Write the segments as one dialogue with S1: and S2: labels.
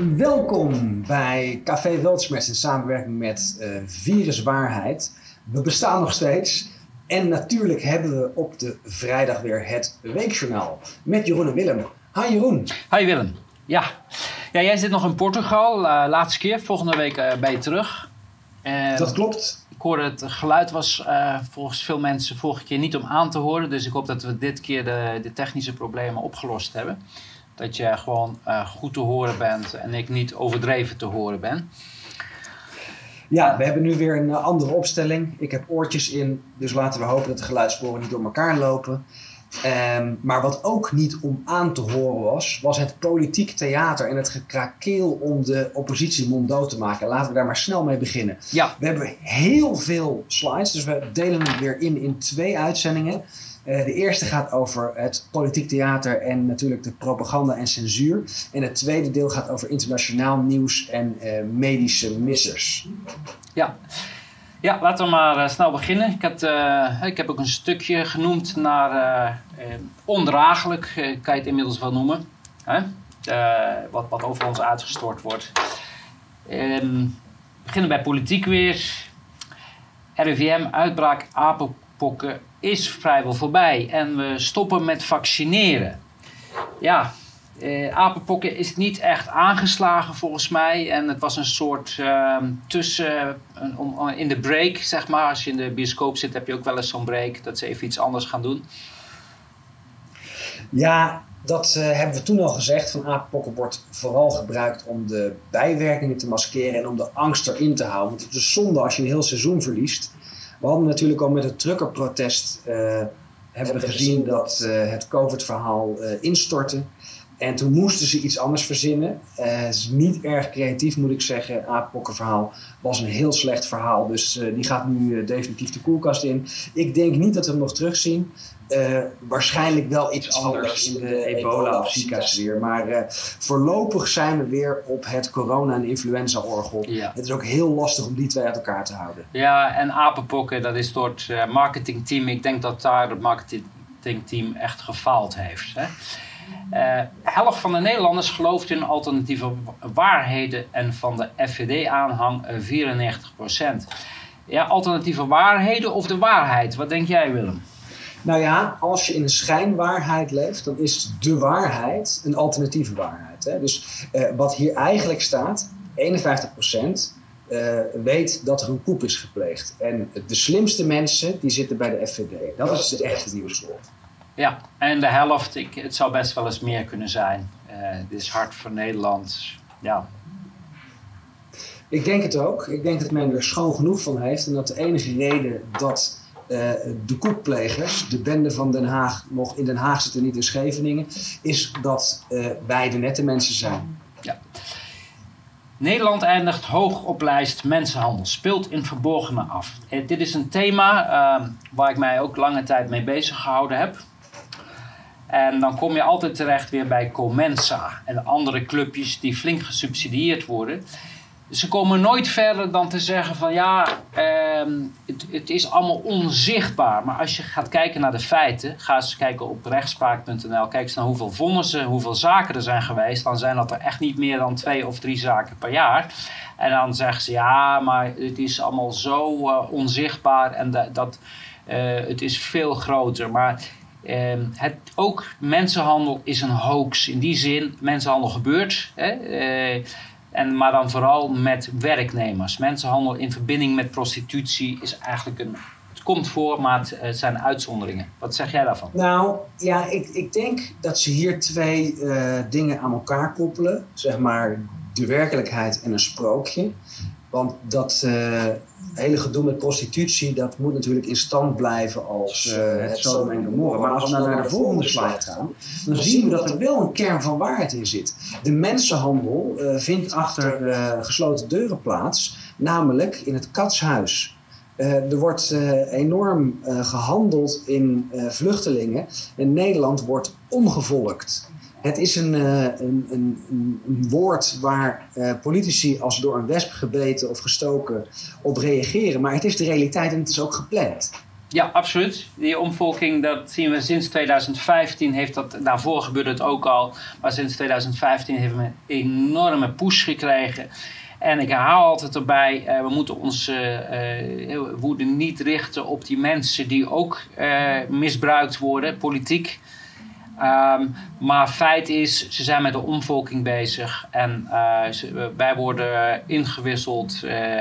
S1: Welkom bij Café Weltschmerz in samenwerking met Viruswaarheid. We bestaan nog steeds en natuurlijk hebben we op de vrijdag weer het Weekjournaal met Jeroen en Willem. Hi Jeroen.
S2: Hi Willem. Ja, jij zit nog in Portugal, laatste keer. Volgende week ben je terug.
S1: Dat klopt.
S2: Ik hoorde het geluid was volgens veel mensen vorige keer niet om aan te horen. Dus ik hoop dat we dit keer de technische problemen opgelost hebben. Dat je gewoon goed te horen bent en ik niet overdreven te horen ben.
S1: Ja, we hebben nu weer een andere opstelling. Ik heb oortjes in, dus laten we hopen dat de geluidssporen niet door elkaar lopen. Maar wat ook niet om aan te horen was het politiek theater en het gekrakeel om de oppositie monddood te maken. Laten we daar maar snel mee beginnen.
S2: Ja.
S1: We hebben heel veel slides, dus we delen het weer in 2 uitzendingen. De eerste gaat over het politiek theater en natuurlijk de propaganda en censuur. En het tweede deel gaat over internationaal nieuws en medische missers.
S2: Ja, laten we maar snel beginnen. Ik heb ook een stukje genoemd naar ondraaglijk, kan je het inmiddels wel noemen. Wat over ons uitgestort wordt. We beginnen bij politiek weer. RIVM, uitbraak apenpokken is vrijwel voorbij. En we stoppen met vaccineren. Ja, apenpokken is niet echt aangeslagen volgens mij. En het was een soort in de break, zeg maar. Als je in de bioscoop zit, heb je ook wel eens zo'n break. Dat ze even iets anders gaan doen.
S1: Ja, dat hebben we toen al gezegd. Van apenpokken wordt vooral gebruikt om de bijwerkingen te maskeren en om de angst erin te houden. Want het is zonde als je een heel seizoen verliest. We hadden natuurlijk al met het truckerprotest hebben we gezien dat het COVID-verhaal instortte. En toen moesten ze iets anders verzinnen. Het is niet erg creatief, moet ik zeggen. Apenpokkenverhaal was een heel slecht verhaal. Dus die gaat nu definitief de koelkast in. Ik denk niet dat we hem nog terugzien. Waarschijnlijk wel iets anders in de ebola of Zika-sfeer. Maar voorlopig zijn we weer op het corona- en influenza-orgel. Ja. Het is ook heel lastig om die 2 uit elkaar te houden.
S2: Ja, en apenpokken, dat is door het marketingteam. Ik denk dat daar het marketingteam echt gefaald heeft. Hè? Helft van de Nederlanders gelooft in alternatieve waarheden en van de FVD-aanhang 94%. Ja, alternatieve waarheden of de waarheid? Wat denk jij, Willem?
S1: Nou ja, als je in een schijnwaarheid leeft, dan is de waarheid een alternatieve waarheid. Hè? Dus wat hier eigenlijk staat, 51% weet dat er een coup is gepleegd. En de slimste mensen, die zitten bij de FVD. Dat is het echte nieuws.
S2: Ja, en de helft, het zou best wel eens meer kunnen zijn. Dit is hard voor Nederland. Ja.
S1: Ik denk het ook. Ik denk dat men er schoon genoeg van heeft. En dat de enige reden dat de koeplegers, de bende van Den Haag, nog in Den Haag zitten, niet in Scheveningen, is dat wij de nette mensen zijn.
S2: Ja. Nederland eindigt hoog op lijst mensenhandel, speelt in verborgene af. Dit is een thema waar ik mij ook lange tijd mee bezig gehouden heb. En dan kom je altijd terecht weer bij Comensa en andere clubjes die flink gesubsidieerd worden. Ze komen nooit verder dan te zeggen van het is allemaal onzichtbaar. Maar als je gaat kijken naar de feiten, ga eens kijken op rechtspraak.nl, kijk eens naar hoeveel vonnissen, hoeveel zaken er zijn geweest. Dan zijn dat er echt niet meer dan 2 of 3 zaken per jaar. En dan zeggen ze maar het is allemaal zo onzichtbaar en het is veel groter. Maar ook mensenhandel is een hoax. In die zin, mensenhandel gebeurt. Maar dan vooral met werknemers. Mensenhandel in verbinding met prostitutie is eigenlijk het komt voor, maar het zijn uitzonderingen. Wat zeg jij daarvan?
S1: Nou, ja, ik denk dat ze hier 2 dingen aan elkaar koppelen. Zeg maar de werkelijkheid en een sprookje. Want dat hele gedoe met prostitutie, dat moet natuurlijk in stand blijven als het Sodom en Gomorra. Maar als we nou naar de volgende slide gaan, dan zien we dat er wel een kern van waarheid in zit. De mensenhandel vindt achter gesloten deuren plaats, namelijk in het katshuis. Er wordt enorm gehandeld in vluchtelingen en Nederland wordt omgevolkt. Het is een woord waar politici als door een wesp gebeten of gestoken op reageren. Maar het is de realiteit en het is ook gepland.
S2: Ja, absoluut. Die omvolking, dat zien we sinds 2015. Daarvoor gebeurde het ook al. Maar sinds 2015 hebben we een enorme push gekregen. En ik herhaal altijd erbij, we moeten onze woede niet richten op die mensen die ook misbruikt worden, politiek. Maar feit is, ze zijn met de omvolking bezig en wij worden ingewisseld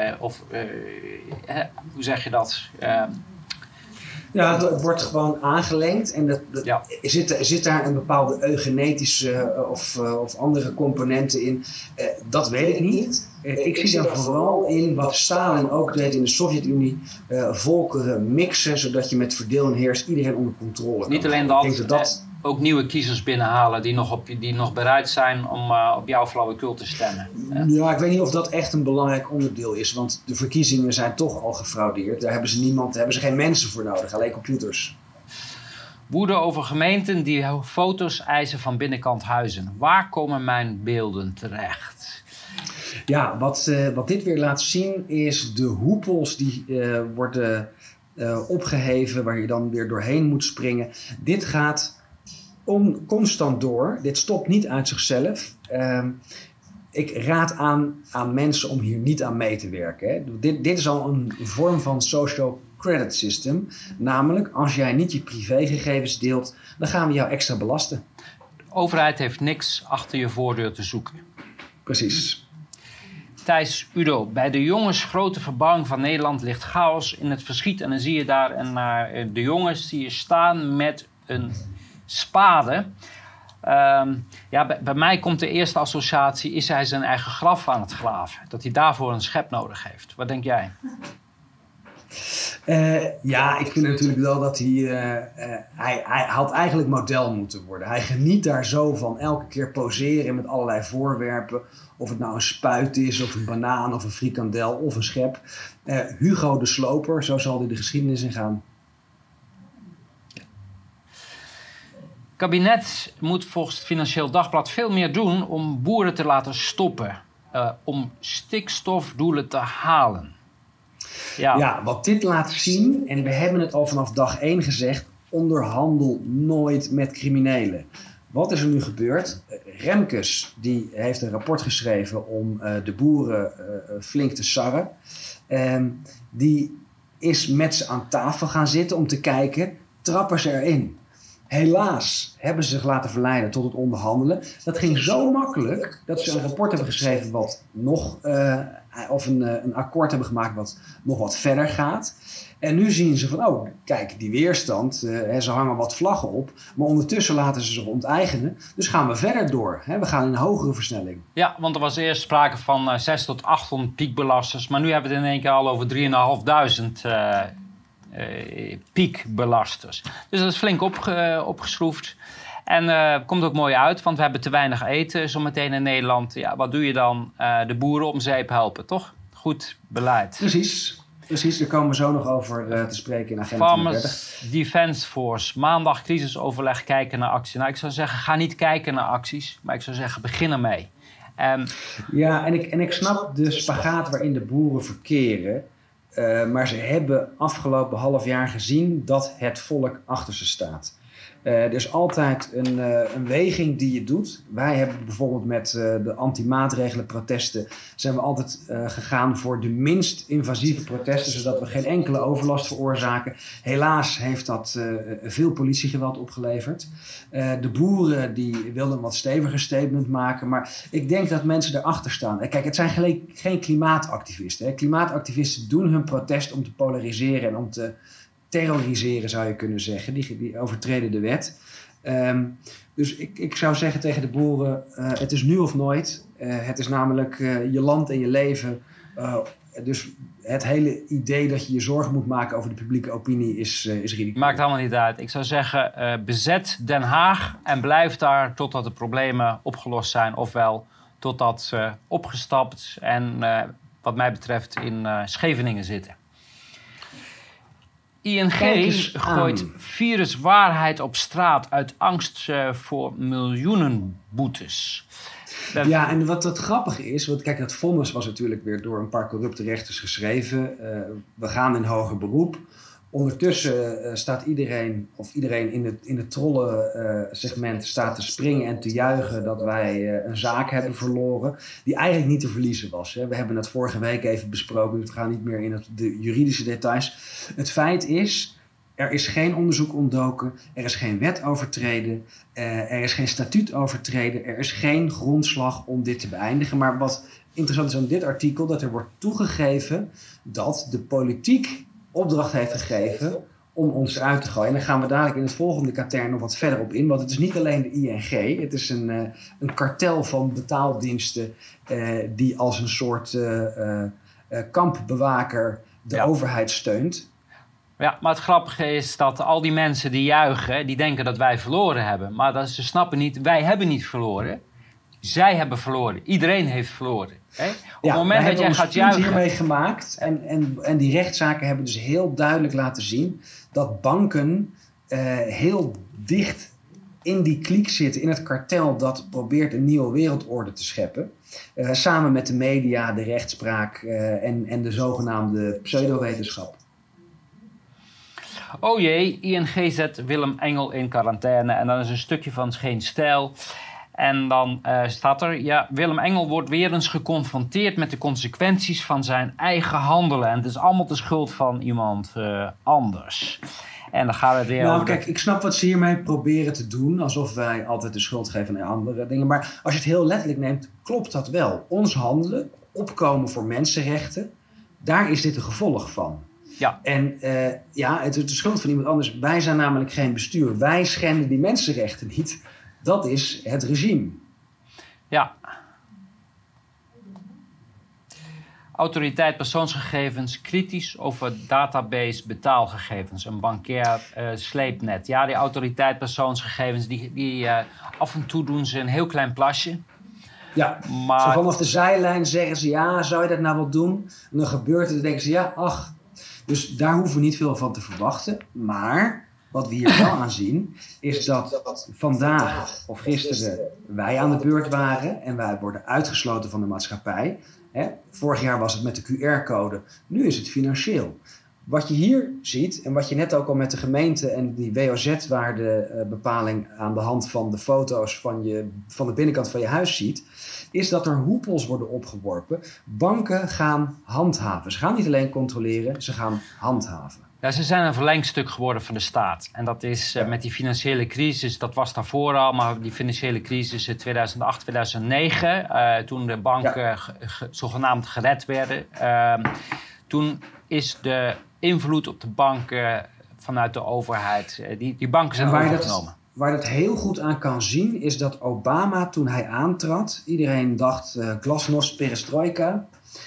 S2: hoe zeg je dat?
S1: Ja, het wordt gewoon aangelengd en zit daar een bepaalde eugenetische of andere componenten in? Dat weet ik niet. Ik zie daar vooral in wat Stalin ook deed in de Sovjet-Unie, volkeren mixen, zodat je met verdeel en heers iedereen onder controle kan.
S2: Niet alleen dat, ook nieuwe kiezers binnenhalen die nog bereid zijn om op jouw flauwekul te stemmen.
S1: Ja, ik weet niet of dat echt een belangrijk onderdeel is, want de verkiezingen zijn toch al gefraudeerd. Daar hebben ze geen mensen voor nodig, alleen computers.
S2: Woede over gemeenten die foto's eisen van binnenkant huizen. Waar komen mijn beelden terecht?
S1: Ja, wat dit weer laat zien is de hoepels die worden opgeheven, waar je dan weer doorheen moet springen. Dit gaat constant door. Dit stopt niet uit zichzelf. Ik raad aan mensen om hier niet aan mee te werken. Hè. Dit is al een vorm van social credit system. Namelijk, als jij niet je privégegevens deelt, dan gaan we jou extra belasten.
S2: De overheid heeft niks achter je voordeur te zoeken.
S1: Precies.
S2: Thijs, Udo, bij de jongens grote verbouwing van Nederland ligt chaos in het verschiet. En dan zie je daar de jongens zie je staan met een spade. Bij mij komt de eerste associatie, is hij zijn eigen graf aan het graven. Dat hij daarvoor een schep nodig heeft. Wat denk jij?
S1: Ik vind natuurlijk wel dat hij had eigenlijk model moeten worden. Hij geniet daar zo van elke keer poseren met allerlei voorwerpen. Of het nou een spuit is, of een banaan, of een frikandel, of een schep. Hugo de Sloper, zo zal hij de geschiedenis in gaan.
S2: Het kabinet moet volgens het Financieel Dagblad veel meer doen om boeren te laten stoppen. Om stikstofdoelen te halen.
S1: Ja, wat dit laat zien, en we hebben het al vanaf dag 1 gezegd, onderhandel nooit met criminelen. Wat is er nu gebeurd? Remkes die heeft een rapport geschreven om de boeren flink te sarren. Die is met ze aan tafel gaan zitten om te kijken, trappen ze erin? Helaas hebben ze zich laten verleiden tot het onderhandelen. Dat ging zo makkelijk dat ze een rapport hebben geschreven wat nog, of een akkoord hebben gemaakt wat nog wat verder gaat. En nu zien ze van, oh kijk, die weerstand, ze hangen wat vlaggen op. Maar ondertussen laten ze zich onteigenen. Dus gaan we verder door. We gaan in een hogere versnelling.
S2: Ja, want er was eerst sprake van 600 tot 800 piekbelasters. Maar nu hebben we het in één keer al over 3.500 piekbelasters. Dus dat is flink opgeschroefd. En komt ook mooi uit, want we hebben te weinig eten zometeen in Nederland. Ja, wat doe je dan? De boeren om zeep helpen, toch? Goed beleid.
S1: Precies, daar komen we zo nog over te spreken in agenda
S2: Farmers
S1: 30.
S2: Defence Force. Maandag crisisoverleg, kijken naar actie. Nou, ik zou zeggen, ga niet kijken naar acties. Maar ik zou zeggen, begin ermee.
S1: Ja, en ik snap de spagaat waarin de boeren verkeren. Maar ze hebben afgelopen half jaar gezien dat het volk achter ze staat. Er is altijd een weging die je doet. Wij hebben bijvoorbeeld met de anti-maatregelen protesten zijn we altijd gegaan voor de minst invasieve protesten, zodat we geen enkele overlast veroorzaken. Helaas heeft dat veel politiegeweld opgeleverd. De boeren die wilden een wat steviger statement maken, maar ik denk dat mensen erachter staan. Kijk, het zijn geen klimaatactivisten. Hè. Klimaatactivisten doen hun protest om te polariseren en om te terroriseren, zou je kunnen zeggen. Die overtreden de wet. Dus ik zou zeggen tegen de boeren, het is nu of nooit. Het is namelijk je land en je leven. Dus het hele idee dat je je zorgen moet maken over de publieke opinie is ridicule.
S2: Maakt allemaal niet uit. Ik zou zeggen, bezet Den Haag en blijf daar totdat de problemen opgelost zijn. Ofwel totdat ze opgestapt en wat mij betreft in Scheveningen zitten. ING gooit viruswaarheid op straat uit angst voor miljoenen boetes.
S1: Ja, en wat het grappige is, want kijk, dat vonnis was natuurlijk weer door een paar corrupte rechters geschreven. We gaan in hoger beroep. Ondertussen staat iedereen in het trollensegment staat te springen en te juichen dat wij een zaak hebben verloren die eigenlijk niet te verliezen was. Hè. We hebben het vorige week even besproken, dus we gaan niet meer in de juridische details. Het feit is, er is geen onderzoek ontdoken, er is geen wet overtreden, er is geen statuut overtreden, er is geen grondslag om dit te beëindigen. Maar wat interessant is aan dit artikel, dat er wordt toegegeven dat de politiek opdracht heeft gegeven om ons eruit te gooien. En dan gaan we dadelijk in het volgende katern nog wat verder op in. Want het is niet alleen de ING. Het is een kartel van betaaldiensten die als een soort kampbewaker de overheid steunt.
S2: Ja, maar het grappige is dat al die mensen die juichen, die denken dat wij verloren hebben. Maar ze snappen niet, wij hebben niet verloren. Zij hebben verloren. Iedereen heeft verloren. Hè? Op het moment dat jij gaat juichen...
S1: hiermee gemaakt. En die rechtszaken hebben dus heel duidelijk laten zien dat banken heel dicht in die kliek zitten, in het kartel dat probeert een nieuwe wereldorde te scheppen. Samen met de media, de rechtspraak en de zogenaamde pseudowetenschap.
S2: Oh jee, ING zet Willem Engel in quarantaine. En dan is een stukje van Geen Stijl. En dan staat er, ja, Willem Engel wordt weer eens geconfronteerd met de consequenties van zijn eigen handelen. En het is allemaal de schuld van iemand anders. En dan gaat het weer over...
S1: Kijk, ik snap wat ze hiermee proberen te doen. Alsof wij altijd de schuld geven aan andere dingen. Maar als je het heel letterlijk neemt, klopt dat wel. Ons handelen, opkomen voor mensenrechten, daar is dit een gevolg van.
S2: Ja.
S1: En het is de schuld van iemand anders. Wij zijn namelijk geen bestuur. Wij schenden die mensenrechten niet. Dat is het regime.
S2: Ja. Autoriteit persoonsgegevens kritisch over database betaalgegevens. Een bankair sleepnet. Ja, die autoriteit persoonsgegevens, die af en toe doen ze een heel klein plasje.
S1: Ja, maar... Zo vanaf de zijlijn zeggen ze, ja, zou je dat nou wel doen? En dan gebeurt het, dan denken ze, ja, ach. Dus daar hoeven we niet veel van te verwachten. Maar wat we hier wel aan zien, is dat vandaag of gisteren wij aan de beurt waren en wij worden uitgesloten van de maatschappij. Vorig jaar was het met de QR-code, nu is het financieel. Wat je hier ziet en wat je net ook al met de gemeente en die WOZ-waardebepaling aan de hand van de foto's van de binnenkant van je huis ziet, is dat er hoepels worden opgeworpen. Banken gaan handhaven. Ze gaan niet alleen controleren, ze gaan handhaven.
S2: Ja, ze zijn een verlengstuk geworden van de staat. En dat is met die financiële crisis, dat was daarvoor al, maar die financiële crisis in 2008, 2009, toen de banken zogenaamd gered werden, toen is de invloed op de banken vanuit de overheid, die banken zijn overgenomen.
S1: Waar dat heel goed aan kan zien, is dat Obama, toen hij aantrad, iedereen dacht glasnost, perestrojka.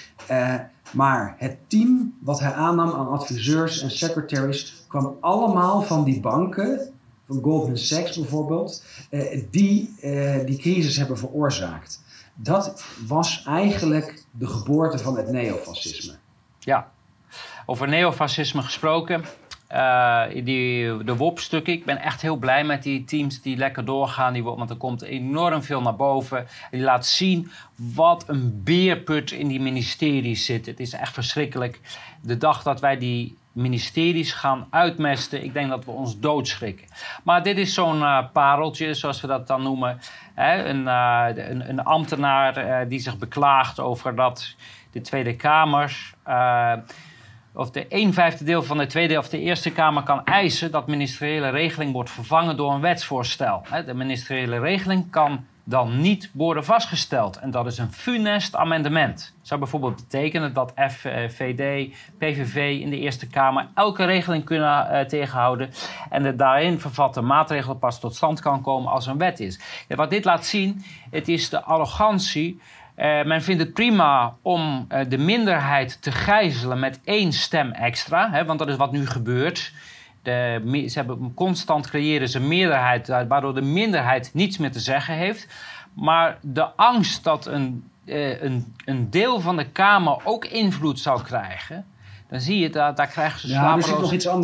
S1: Maar het team wat hij aannam aan adviseurs en secretaries kwam allemaal van die banken, van Goldman Sachs bijvoorbeeld, die crisis hebben veroorzaakt. Dat was eigenlijk de geboorte van het neofascisme.
S2: Ja, over neofascisme gesproken. De WOP-stukken. Ik ben echt heel blij met die teams die lekker doorgaan. Want er komt enorm veel naar boven. En die laat zien wat een beerput in die ministeries zit. Het is echt verschrikkelijk. De dag dat wij die ministeries gaan uitmesten, ik denk dat we ons doodschrikken. Maar dit is zo'n pareltje, zoals we dat dan noemen. Een ambtenaar die zich beklaagt over dat de Tweede Kamer... of de 1/5 deel van de Tweede of de Eerste Kamer kan eisen dat ministeriële regeling wordt vervangen door een wetsvoorstel. De ministeriële regeling kan dan niet worden vastgesteld. En dat is een funest amendement. Dat zou bijvoorbeeld betekenen dat FVD, PVV in de Eerste Kamer elke regeling kunnen tegenhouden. En de daarin vervatte maatregelen pas tot stand kan komen als een wet is. Ja, wat dit laat zien, het is de arrogantie. Men vindt het prima om de minderheid te gijzelen met 1 stem extra. Want dat is wat nu gebeurt. Constant creëren ze meerderheid, waardoor de minderheid niets meer te zeggen heeft. Maar de angst dat een deel van de Kamer ook invloed zou krijgen, dan zie je dat daar krijgen ze slapeloos...
S1: Ja, er zit nog iets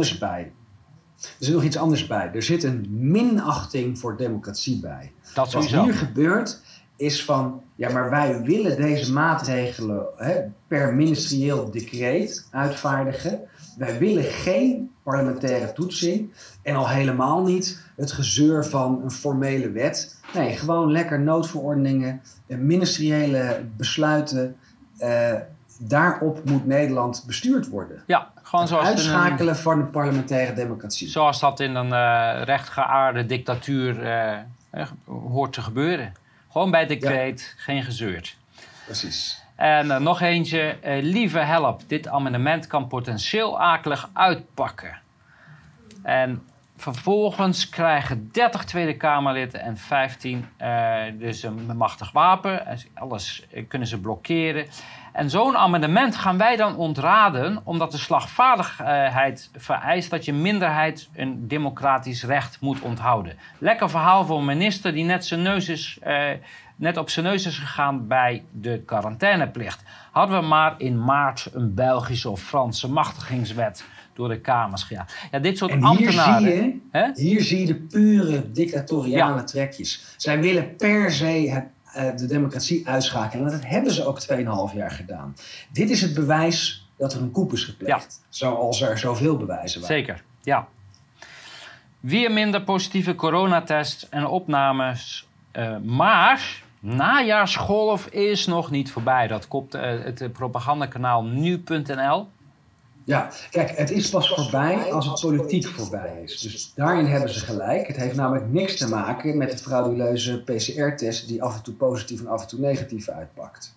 S1: anders bij. Er zit een minachting voor democratie bij.
S2: Dat sowieso.
S1: Wat hier gebeurt is van, ja, maar wij willen deze maatregelen per ministerieel decreet uitvaardigen. Wij willen geen parlementaire toetsing. En al helemaal niet het gezeur van een formele wet. Nee, gewoon lekker noodverordeningen, ministeriële besluiten. Daarop moet Nederland bestuurd worden.
S2: Ja, gewoon zoals
S1: uitschakelen van de parlementaire democratie.
S2: Zoals dat in een rechtgeaarde dictatuur hoort te gebeuren. Gewoon bij decreet, geen gezeur.
S1: Precies.
S2: En nog eentje. Lieve help, dit amendement kan potentieel akelig uitpakken. En vervolgens krijgen 30 Tweede Kamerleden en 15 dus een machtig wapen. Alles kunnen ze blokkeren. En zo'n amendement gaan wij dan ontraden, omdat de slagvaardigheid vereist dat je minderheid een democratisch recht moet onthouden. Lekker verhaal voor een minister die net op zijn neus is gegaan bij de quarantaineplicht. Hadden we maar in maart een Belgische of Franse machtigingswet door de Kamers gejaagd. Ja, dit soort ambtenaren.
S1: Hier zie je de pure dictatoriale trekjes. Zij willen per se de democratie uitschakelen. En dat hebben ze ook 2,5 jaar gedaan. Dit is het bewijs dat er een coup is gepleegd. Zoals er zoveel bewijzen waren.
S2: Zeker, ja. Weer minder positieve coronatest en opnames. Maar najaarsgolf is nog niet voorbij. Dat kopt het propagandakanaal nu.nl.
S1: Ja, kijk, het is pas voorbij als het politiek voorbij is. Dus daarin hebben ze gelijk. Het heeft namelijk niks te maken met de frauduleuze PCR-test die af en toe positief en af en toe negatief uitpakt.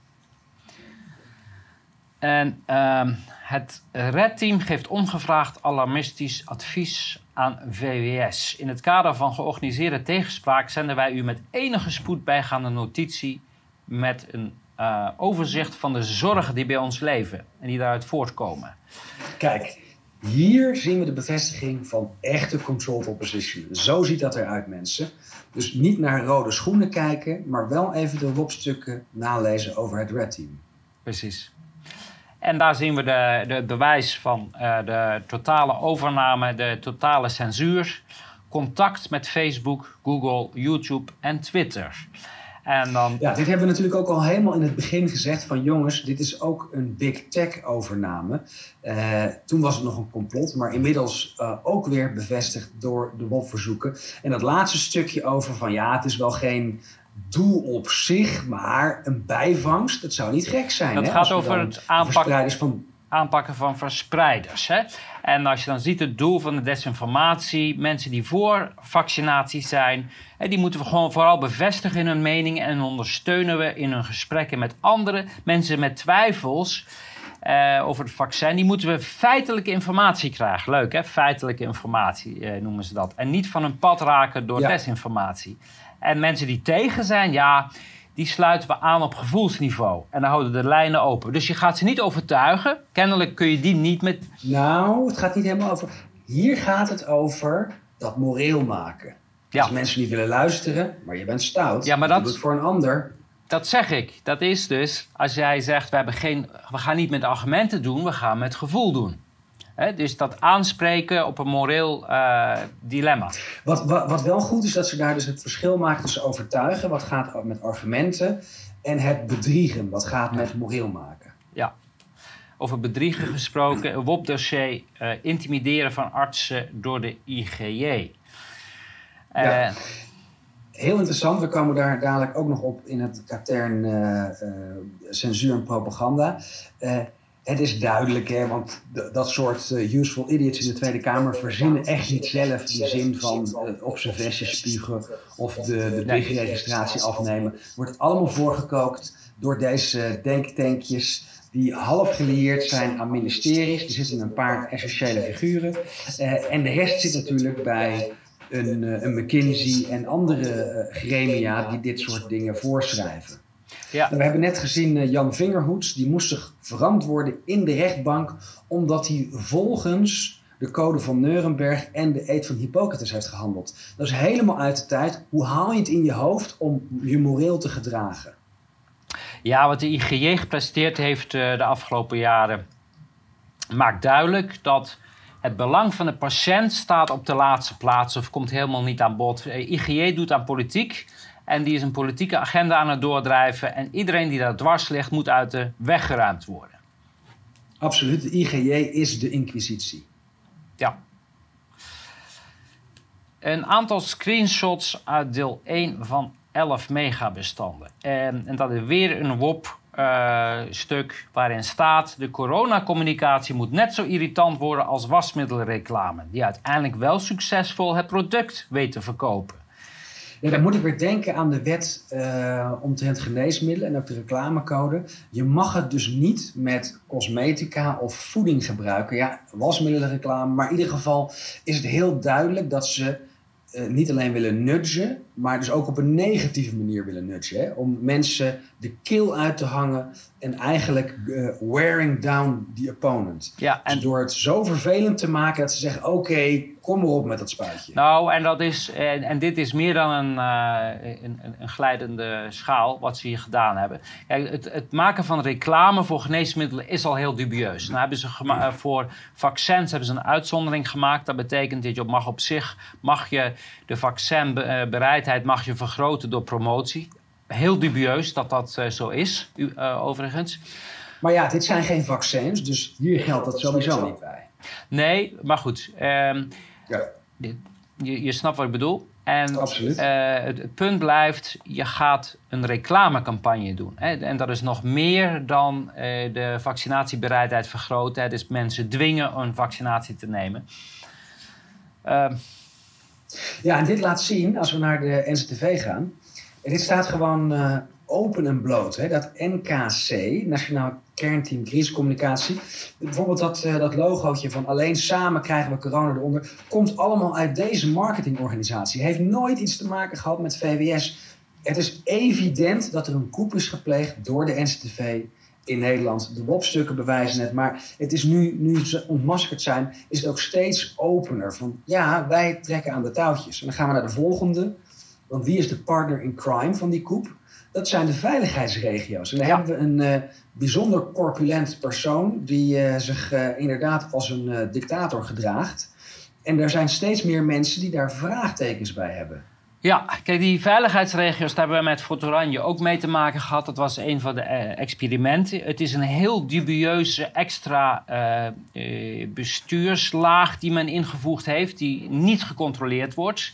S2: En het RED-team geeft ongevraagd alarmistisch advies aan VWS. In het kader van georganiseerde tegenspraak zenden wij u met enige spoed bijgaande notitie met een overzicht van de zorgen die bij ons leven en die daaruit voortkomen.
S1: Kijk, hier zien we de bevestiging van echte controlled opposition. Zo ziet dat eruit, mensen. Dus niet naar rode schoenen kijken, maar wel even de WOP-stukken nalezen over het Red Team.
S2: Precies. En daar zien we de bewijs van de totale overname, de totale censuur, contact met Facebook, Google, YouTube en Twitter. En dan...
S1: Ja, dit hebben we natuurlijk ook al helemaal in het begin gezegd van jongens, dit is ook een big tech overname. Toen was het nog een complot, maar inmiddels ook weer bevestigd door de WOP-verzoeken. En dat laatste stukje over van ja, het is wel geen doel op zich, maar een bijvangst. Dat zou niet gek zijn.
S2: Dat gaat over het aanpakken van verspreiders. Hè? En als je dan ziet het doel van de desinformatie, mensen die voor vaccinatie zijn, die moeten we gewoon vooral bevestigen in hun mening en ondersteunen we in hun gesprekken met anderen. Mensen met twijfels over het vaccin, die moeten we feitelijke informatie krijgen. Leuk hè, feitelijke informatie noemen ze dat. En niet van hun pad raken door desinformatie. En mensen die tegen zijn, ja, die sluiten we aan op gevoelsniveau. En dan houden de lijnen open. Dus je gaat ze niet overtuigen. Kennelijk kun je die niet met...
S1: Nou, het gaat niet helemaal over... Hier gaat het over dat moreel maken. Ja. Als mensen niet willen luisteren, maar je bent stout. Ja, maar dat doet het voor een ander.
S2: Dat zeg ik. Dat is dus, als jij zegt, we gaan niet met argumenten doen, we gaan met gevoel doen. Dus dat aanspreken op een moreel dilemma.
S1: Wat wel goed is, dat ze daar dus het verschil maken tussen overtuigen, wat gaat met argumenten, en het bedriegen, wat gaat met moreel maken.
S2: Ja, over bedriegen gesproken, een WOP-dossier, intimideren van artsen door de IGJ.
S1: Ja. Heel interessant, we komen daar dadelijk ook nog op in het katern censuur en propaganda. Het is duidelijk, hè, want dat soort useful idiots in de Tweede Kamer verzinnen echt niet zelf die zin van op zijn vestje spugen of de bigregistratie afnemen. Wordt allemaal voorgekookt door deze denktankjes die half gelieerd zijn aan ministeries. Er zitten een paar essentiële figuren. En de rest zit natuurlijk bij een McKinsey en andere gremia die dit soort dingen voorschrijven. Ja. We hebben net gezien Jan Vingerhoets, die moest zich verantwoorden in de rechtbank omdat hij volgens de code van Nuremberg en de eed van Hippocrates heeft gehandeld. Dat is helemaal uit de tijd. Hoe haal je het in je hoofd om je moreel te gedragen?
S2: Ja, wat de IGJ gepresteerd heeft de afgelopen jaren maakt duidelijk dat het belang van de patiënt staat op de laatste plaats of komt helemaal niet aan bod. IGJ doet aan politiek. En die is een politieke agenda aan het doordrijven. En iedereen die daar dwars ligt, moet uit de weg geruimd worden.
S1: Absoluut. De IGJ is de inquisitie.
S2: Ja. Een aantal screenshots uit deel 1 van 11 megabestanden. En dat is weer een WOP-stuk waarin staat: de coronacommunicatie moet net zo irritant worden als wasmiddelreclame, die uiteindelijk wel succesvol het product weet te verkopen.
S1: Ja, dan moet ik weer denken aan de wet omtrent geneesmiddelen en ook de reclamecode. Je mag het dus niet met cosmetica of voeding gebruiken. Ja, wasmiddelenreclame, maar in ieder geval is het heel duidelijk dat ze niet alleen willen nudgen, maar dus ook op een negatieve manier willen nudgen. Hè? Om mensen de keel uit te hangen en eigenlijk wearing down the opponent. Ja, en dus door het zo vervelend te maken dat ze zeggen: oké, kom erop met dat spuitje.
S2: Nou, en dit is meer dan een glijdende schaal wat ze hier gedaan hebben. Kijk, het maken van reclame voor geneesmiddelen is al heel dubieus. Nou hebben ze voor vaccins hebben ze een uitzondering gemaakt. Dat betekent dat mag je de vaccinbereidheid mag je vergroten door promotie. Heel dubieus dat zo is, overigens.
S1: Maar ja, dit zijn geen vaccins, dus hier geldt dat sowieso niet bij.
S2: Nee, maar goed. Je snapt wat ik bedoel. En
S1: absoluut.
S2: Het punt blijft, je gaat een reclamecampagne doen. Hè? En dat is nog meer dan de vaccinatiebereidheid vergroten. Hè? Dus mensen dwingen een vaccinatie te nemen.
S1: Ja, en dit laat zien, als we naar de NCTV gaan. En dit staat gewoon open en bloot. Hè? Dat NKC, Nationaal Kernteam Crisiscommunicatie. Bijvoorbeeld dat logootje van alleen samen krijgen we corona eronder. Komt allemaal uit deze marketingorganisatie. Heeft nooit iets te maken gehad met VWS. Het is evident dat er een coup is gepleegd door de NCTV in Nederland. De WOP-stukken bewijzen het. Maar het is nu ze ontmaskerd zijn, is het ook steeds opener. Van ja, wij trekken aan de touwtjes. En dan gaan we naar de volgende. Want wie is de partner in crime van die coup? Dat zijn de veiligheidsregio's. En daar hebben we een bijzonder corpulent persoon die zich inderdaad als een dictator gedraagt. En er zijn steeds meer mensen die daar vraagtekens bij hebben.
S2: Ja, kijk, die veiligheidsregio's, daar hebben we met Fort Oranje ook mee te maken gehad. Dat was een van de experimenten. Het is een heel dubieuze extra bestuurslaag die men ingevoegd heeft, die niet gecontroleerd wordt.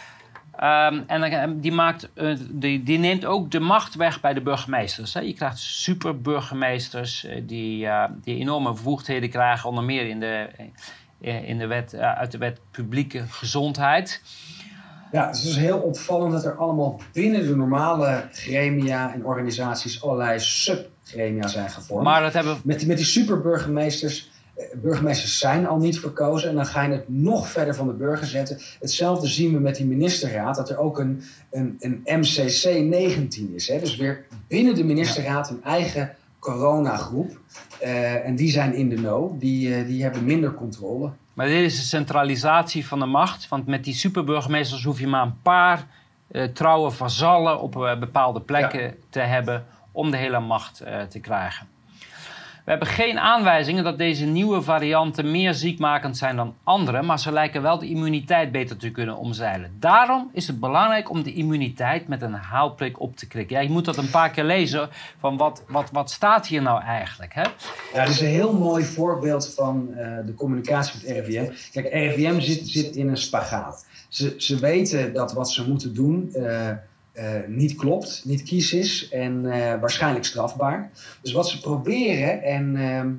S2: Die neemt ook de macht weg bij de burgemeesters. Hè. Je krijgt superburgemeesters die enorme bevoegdheden krijgen, onder meer in de wet, uit de wet publieke gezondheid.
S1: Ja, het is dus heel opvallend dat er allemaal binnen de normale gremia en organisaties allerlei subgremia zijn gevormd. Maar dat hebben we met die superburgemeesters. Burgemeesters zijn al niet verkozen en dan ga je het nog verder van de burger zetten. Hetzelfde zien we met die ministerraad, dat er ook een MCC 19 is. Hè? Dus weer binnen de ministerraad een eigen coronagroep. En die zijn in de know, die hebben minder controle.
S2: Maar dit is een centralisatie van de macht. Want met die superburgemeesters hoef je maar een paar trouwe vazallen op bepaalde plekken te hebben om de hele macht te krijgen. We hebben geen aanwijzingen dat deze nieuwe varianten meer ziekmakend zijn dan andere, maar ze lijken wel de immuniteit beter te kunnen omzeilen. Daarom is het belangrijk om de immuniteit met een haalprik op te krikken. Ja, je moet dat een paar keer lezen van wat staat hier nou eigenlijk, hè?
S1: Ja, dit is een heel mooi voorbeeld van de communicatie met RIVM. Kijk, RIVM zit in een spagaat. Ze weten dat wat ze moeten doen niet klopt, niet kies is en waarschijnlijk strafbaar. Dus wat ze proberen, en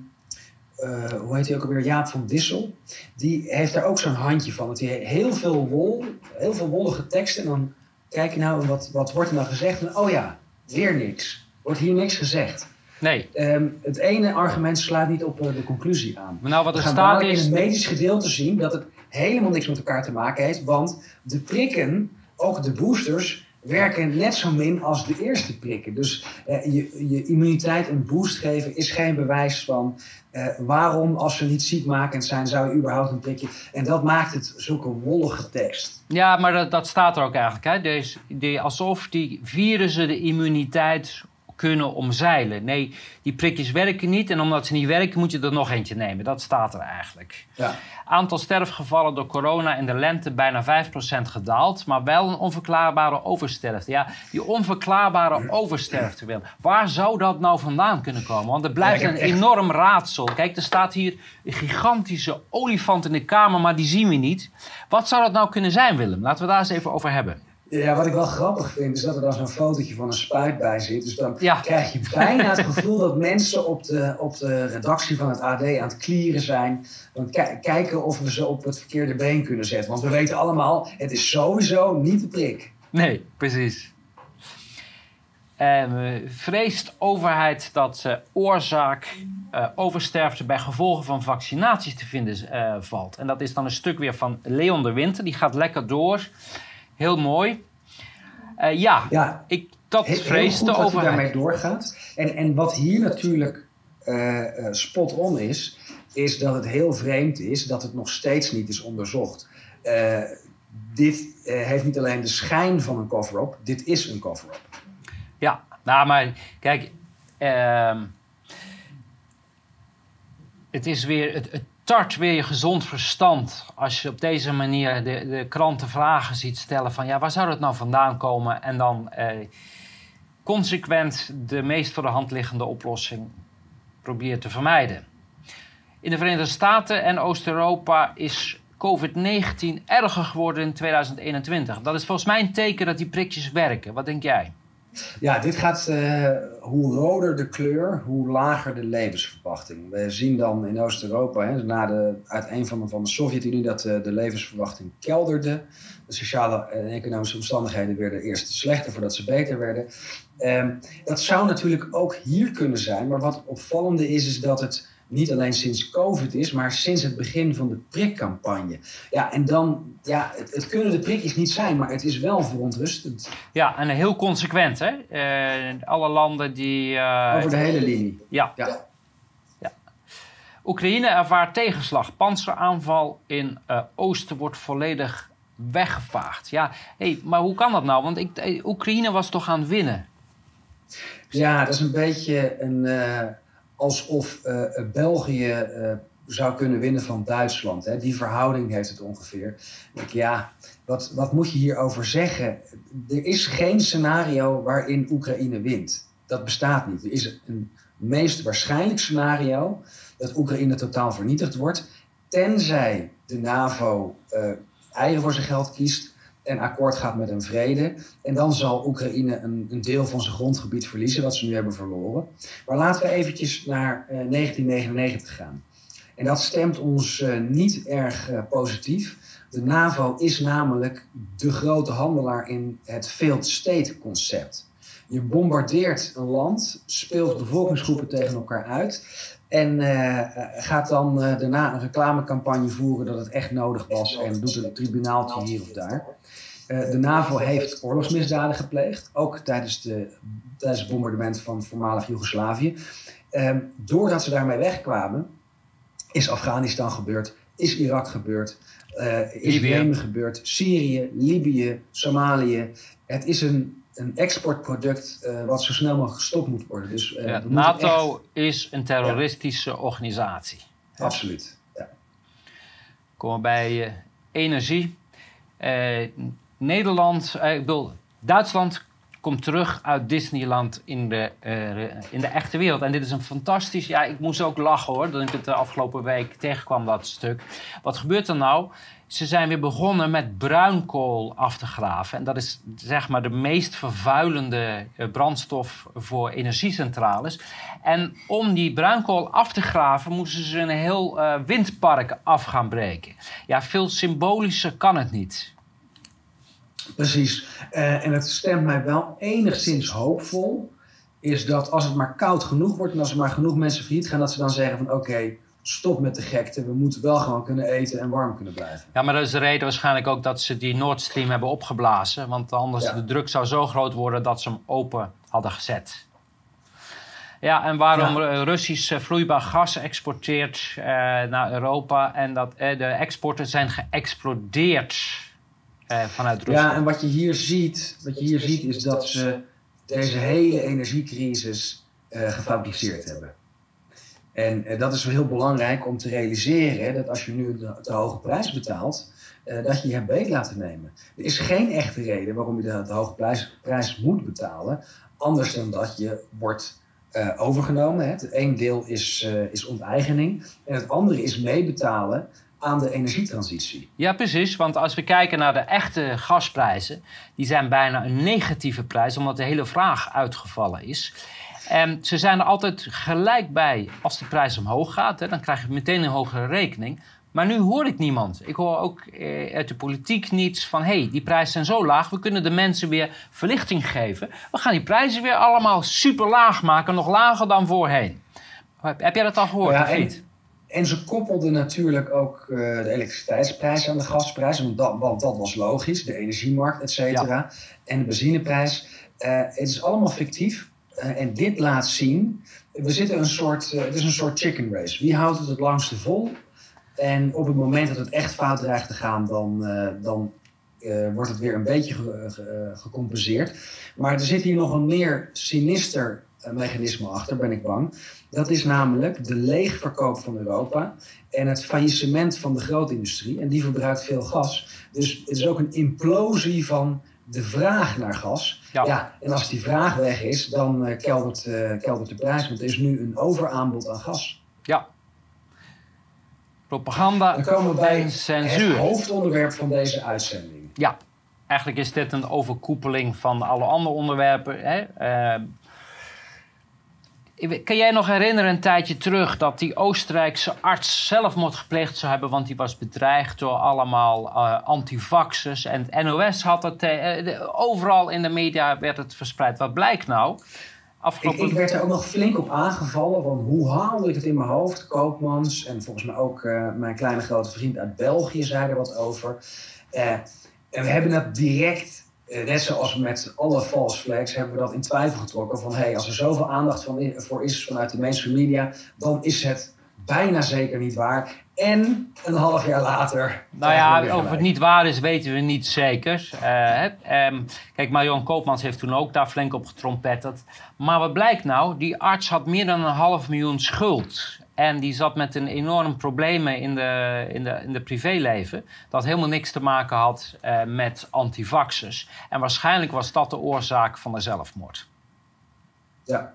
S1: hoe heet hij ook alweer, Jaap van Dissel, die heeft daar ook zo'n handje van. Dat hij heel veel wollige teksten, en dan kijk je nou, wat wordt er nou gezegd? En, oh ja, weer niks. Wordt hier niks gezegd.
S2: Nee.
S1: Het ene argument sluit niet op de conclusie aan.
S2: Maar nou, wat er
S1: we gaan
S2: staat
S1: in het medisch gedeelte zien dat het helemaal niks met elkaar te maken heeft, want de prikken, ook de boosters, werken net zo min als de eerste prikken. Dus je immuniteit een boost geven is geen bewijs van waarom, als ze niet ziekmakend zijn, zou je überhaupt een prikje. En dat maakt het zulke wollige tekst.
S2: Ja, maar dat staat er ook eigenlijk. Hè? Alsof die virussen de immuniteit kunnen omzeilen. Nee, die prikjes werken niet en omdat ze niet werken moet je er nog eentje nemen. Dat staat er eigenlijk.
S1: Ja.
S2: Aantal sterfgevallen door corona in de lente bijna 5% gedaald, maar wel een onverklaarbare oversterfte. Ja, die onverklaarbare oversterfte, Willem. Waar zou dat nou vandaan kunnen komen? Want het blijft een enorm raadsel. Kijk, er staat hier een gigantische olifant in de kamer, maar die zien we niet. Wat zou dat nou kunnen zijn, Willem? Laten we daar eens even over hebben.
S1: Ja, wat ik wel grappig vind, is dat er dan zo'n fotootje van een spuit bij zit. Dus dan krijg je bijna het gevoel dat mensen op de redactie van het AD aan het klieren zijn. Dan kijken of we ze op het verkeerde been kunnen zetten. Want we weten allemaal, het is sowieso niet de prik.
S2: Nee, precies. Vreest overheid dat oorzaak oversterfte bij gevolgen van vaccinaties te vinden valt. En dat is dan een stuk weer van Leon de Winter. Die gaat lekker door. Heel mooi. Dat vreest de overheid.
S1: Dat hij daarmee doorgaat. En wat hier natuurlijk spot on is dat het heel vreemd is dat het nog steeds niet is onderzocht. Dit heeft niet alleen de schijn van een cover-up, dit is een cover-up.
S2: Ja, nou maar kijk, het is weer... Het tart weer je gezond verstand als je op deze manier de kranten vragen ziet stellen van ja, waar zou dat nou vandaan komen? En dan consequent de meest voor de hand liggende oplossing probeert te vermijden. In de Verenigde Staten en Oost-Europa is COVID-19 erger geworden in 2021. Dat is volgens mij een teken dat die prikjes werken. Wat denk jij?
S1: Ja, dit gaat, hoe roder de kleur, hoe lager de levensverwachting. We zien dan in Oost-Europa, na de uiteenvalling van de Sovjet-Unie, dat de levensverwachting kelderde. De sociale en economische omstandigheden werden eerst slechter voordat ze beter werden. Dat zou natuurlijk ook hier kunnen zijn, maar wat opvallende is dat het niet alleen sinds COVID is, maar sinds het begin van de prikcampagne. Ja, en dan, ja, het kunnen de prikjes niet zijn, maar het is wel verontrustend.
S2: Ja, en heel consequent, hè? Alle landen die...
S1: Over de hele linie.
S2: Ja. Oekraïne ervaart tegenslag. Panzeraanval in Oosten wordt volledig weggevaagd. Ja, maar hoe kan dat nou? Want Oekraïne was toch aan het winnen?
S1: Ja, dat is een beetje alsof België zou kunnen winnen van Duitsland. Hè? Die verhouding heeft het ongeveer. Ja, wat moet je hierover zeggen? Er is geen scenario waarin Oekraïne wint. Dat bestaat niet. Er is een meest waarschijnlijk scenario dat Oekraïne totaal vernietigd wordt, tenzij de NAVO eigen voor zijn geld kiest en akkoord gaat met een vrede. En dan zal Oekraïne een deel van zijn grondgebied verliezen, wat ze nu hebben verloren. Maar laten we eventjes naar 1999 gaan. En dat stemt ons niet erg positief. De NAVO is namelijk de grote handelaar in het failed state concept. Je bombardeert een land, speelt bevolkingsgroepen tegen elkaar uit en gaat dan daarna een reclamecampagne voeren dat het echt nodig was en doet een tribunaaltje hier of daar. De NAVO heeft oorlogsmisdaden gepleegd, ook tijdens het bombardement van voormalig Joegoslavië. Doordat ze daarmee wegkwamen, is Afghanistan gebeurd, is Irak gebeurd, is Jemen gebeurd, Syrië, Libië, Somalië. Het is een exportproduct wat zo snel mogelijk gestopt moet worden. Dus,
S2: NATO is een terroristische organisatie.
S1: Absoluut. Ja.
S2: Komen we bij energie. Duitsland komt terug uit Disneyland in de echte wereld. En dit is een fantastisch... Ja, ik moest ook lachen hoor, dat ik het de afgelopen week tegenkwam, dat stuk. Wat gebeurt er nou? Ze zijn weer begonnen met bruinkool af te graven. En dat is zeg maar de meest vervuilende brandstof voor energiecentrales. En om die bruinkool af te graven moesten ze een heel windpark af gaan breken. Ja, veel symbolischer kan het niet.
S1: Precies. En het stemt mij wel enigszins hoopvol. Is dat als het maar koud genoeg wordt en als er maar genoeg mensen failliet gaan, dat ze dan zeggen van oké, stop met de gekte. We moeten wel gewoon kunnen eten en warm kunnen blijven.
S2: Ja, maar dat is de reden waarschijnlijk ook dat ze die Nord Stream hebben opgeblazen. Want anders de druk zou zo groot worden dat ze hem open hadden gezet. Ja, en waarom Russisch vloeibaar gas exporteert naar Europa. En dat de exporten zijn geëxplodeerd vanuit Rusland.
S1: Ja, en wat je hier ziet is dat ze deze hele energiecrisis gefabriceerd hebben. En dat is wel heel belangrijk om te realiseren, hè, dat als je nu de hoge prijs betaalt, dat je je hebt beet laten nemen. Er is geen echte reden waarom je de hoge prijs moet betalen, anders dan dat je wordt overgenomen. Hè. Het een deel is onteigening en het andere is meebetalen aan de energietransitie.
S2: Ja, precies. Want als we kijken naar de echte gasprijzen, die zijn bijna een negatieve prijs, omdat de hele vraag uitgevallen is. En ze zijn er altijd gelijk bij als de prijs omhoog gaat. Hè, dan krijg je meteen een hogere rekening. Maar nu hoor ik niemand. Ik hoor ook uit de politiek niets van... die prijzen zijn zo laag, we kunnen de mensen weer verlichting geven. We gaan die prijzen weer allemaal super laag maken, nog lager dan voorheen. Heb jij dat al gehoord of niet?
S1: En ze koppelden natuurlijk ook de elektriciteitsprijs aan de gasprijs. Want dat was logisch, de energiemarkt, et cetera. Ja. En de benzineprijs. Het is allemaal fictief. En dit laat zien, het is een soort chicken race. Wie houdt het langste vol? En op het moment dat het echt fout dreigt te gaan, dan wordt het weer een beetje gecompenseerd. Maar er zit hier nog een meer sinister mechanisme achter, ben ik bang. Dat is namelijk de leegverkoop van Europa en het faillissement van de grootindustrie. En die verbruikt veel gas. Dus het is ook een implosie van de vraag naar gas. Ja, en als die vraag weg is, dan keldert de prijs. Want er is nu een overaanbod aan gas.
S2: Ja. Propaganda
S1: dan komen we bij
S2: censuur.
S1: Het hoofdonderwerp van deze uitzending.
S2: Ja, eigenlijk is dit een overkoepeling van alle andere onderwerpen. Hè? Kan jij nog herinneren een tijdje terug dat die Oostenrijkse arts zelfmoord gepleegd zou hebben, want die was bedreigd door allemaal antivaxers en het NOS had het, overal in de media werd het verspreid. Wat blijkt nou?
S1: Ik werd er ook nog flink op aangevallen, want hoe haalde ik het in mijn hoofd? Koopmans en volgens mij ook mijn kleine grote vriend uit België zei er wat over. En we hebben dat direct, net zoals met alle false flags, hebben we dat in twijfel getrokken van als er zoveel aandacht voor is vanuit de mainstream media, dan is het bijna zeker niet waar. En een half jaar later...
S2: Nou ja, of het niet waar is, weten we niet zeker. Kijk, Marion Koopmans heeft toen ook daar flink op getrompetterd. Maar wat blijkt nou? Die arts had meer dan 500.000 schuld. En die zat met een enorm problemen in de privéleven. Dat helemaal niks te maken had met antivaxers. En waarschijnlijk was dat de oorzaak van de zelfmoord.
S1: Ja.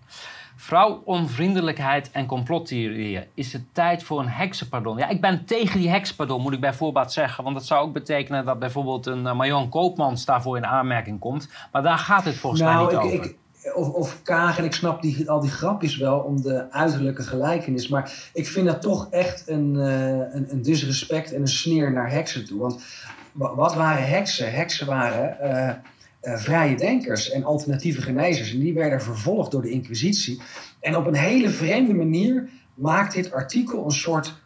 S2: Vrouwonvriendelijkheid en complottheorieën. Is het tijd voor een heksenpardon? Ja, ik ben tegen die heksenpardon, moet ik bij voorbaat zeggen. Want dat zou ook betekenen dat bijvoorbeeld een Marion Koopmans daarvoor in aanmerking komt. Maar daar gaat het volgens mij niet over.
S1: Of Kaag, en ik snap al die grapjes wel om de uiterlijke gelijkenis. Maar ik vind dat toch echt een disrespect en een sneer naar heksen toe. Want wat waren heksen? Heksen waren... vrije denkers en alternatieve genezers. En die werden vervolgd door de Inquisitie. En op een hele vreemde manier maakt dit artikel een soort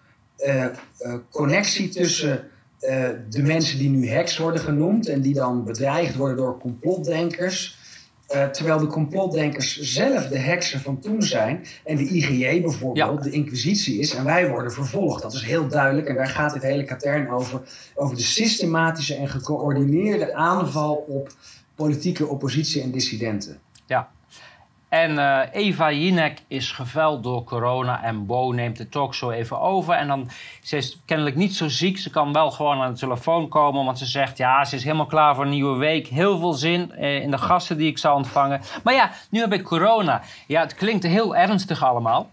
S1: connectie tussen de mensen die nu heks worden genoemd en die dan bedreigd worden door complotdenkers. Terwijl de complotdenkers zelf de heksen van toen zijn en de IGJ bijvoorbeeld, de Inquisitie is en wij worden vervolgd. Dat is heel duidelijk en daar gaat dit hele katern over de systematische en gecoördineerde aanval op politieke oppositie en dissidenten.
S2: Ja. En Eva Jinek is geveld door corona en Bo neemt de talkshow even over. En dan, ze is kennelijk niet zo ziek. Ze kan wel gewoon aan de telefoon komen, want ze zegt... ja, ze is helemaal klaar voor een nieuwe week. Heel veel zin in de gasten die ik zal ontvangen. Maar ja, nu heb ik corona. Ja, het klinkt heel ernstig allemaal.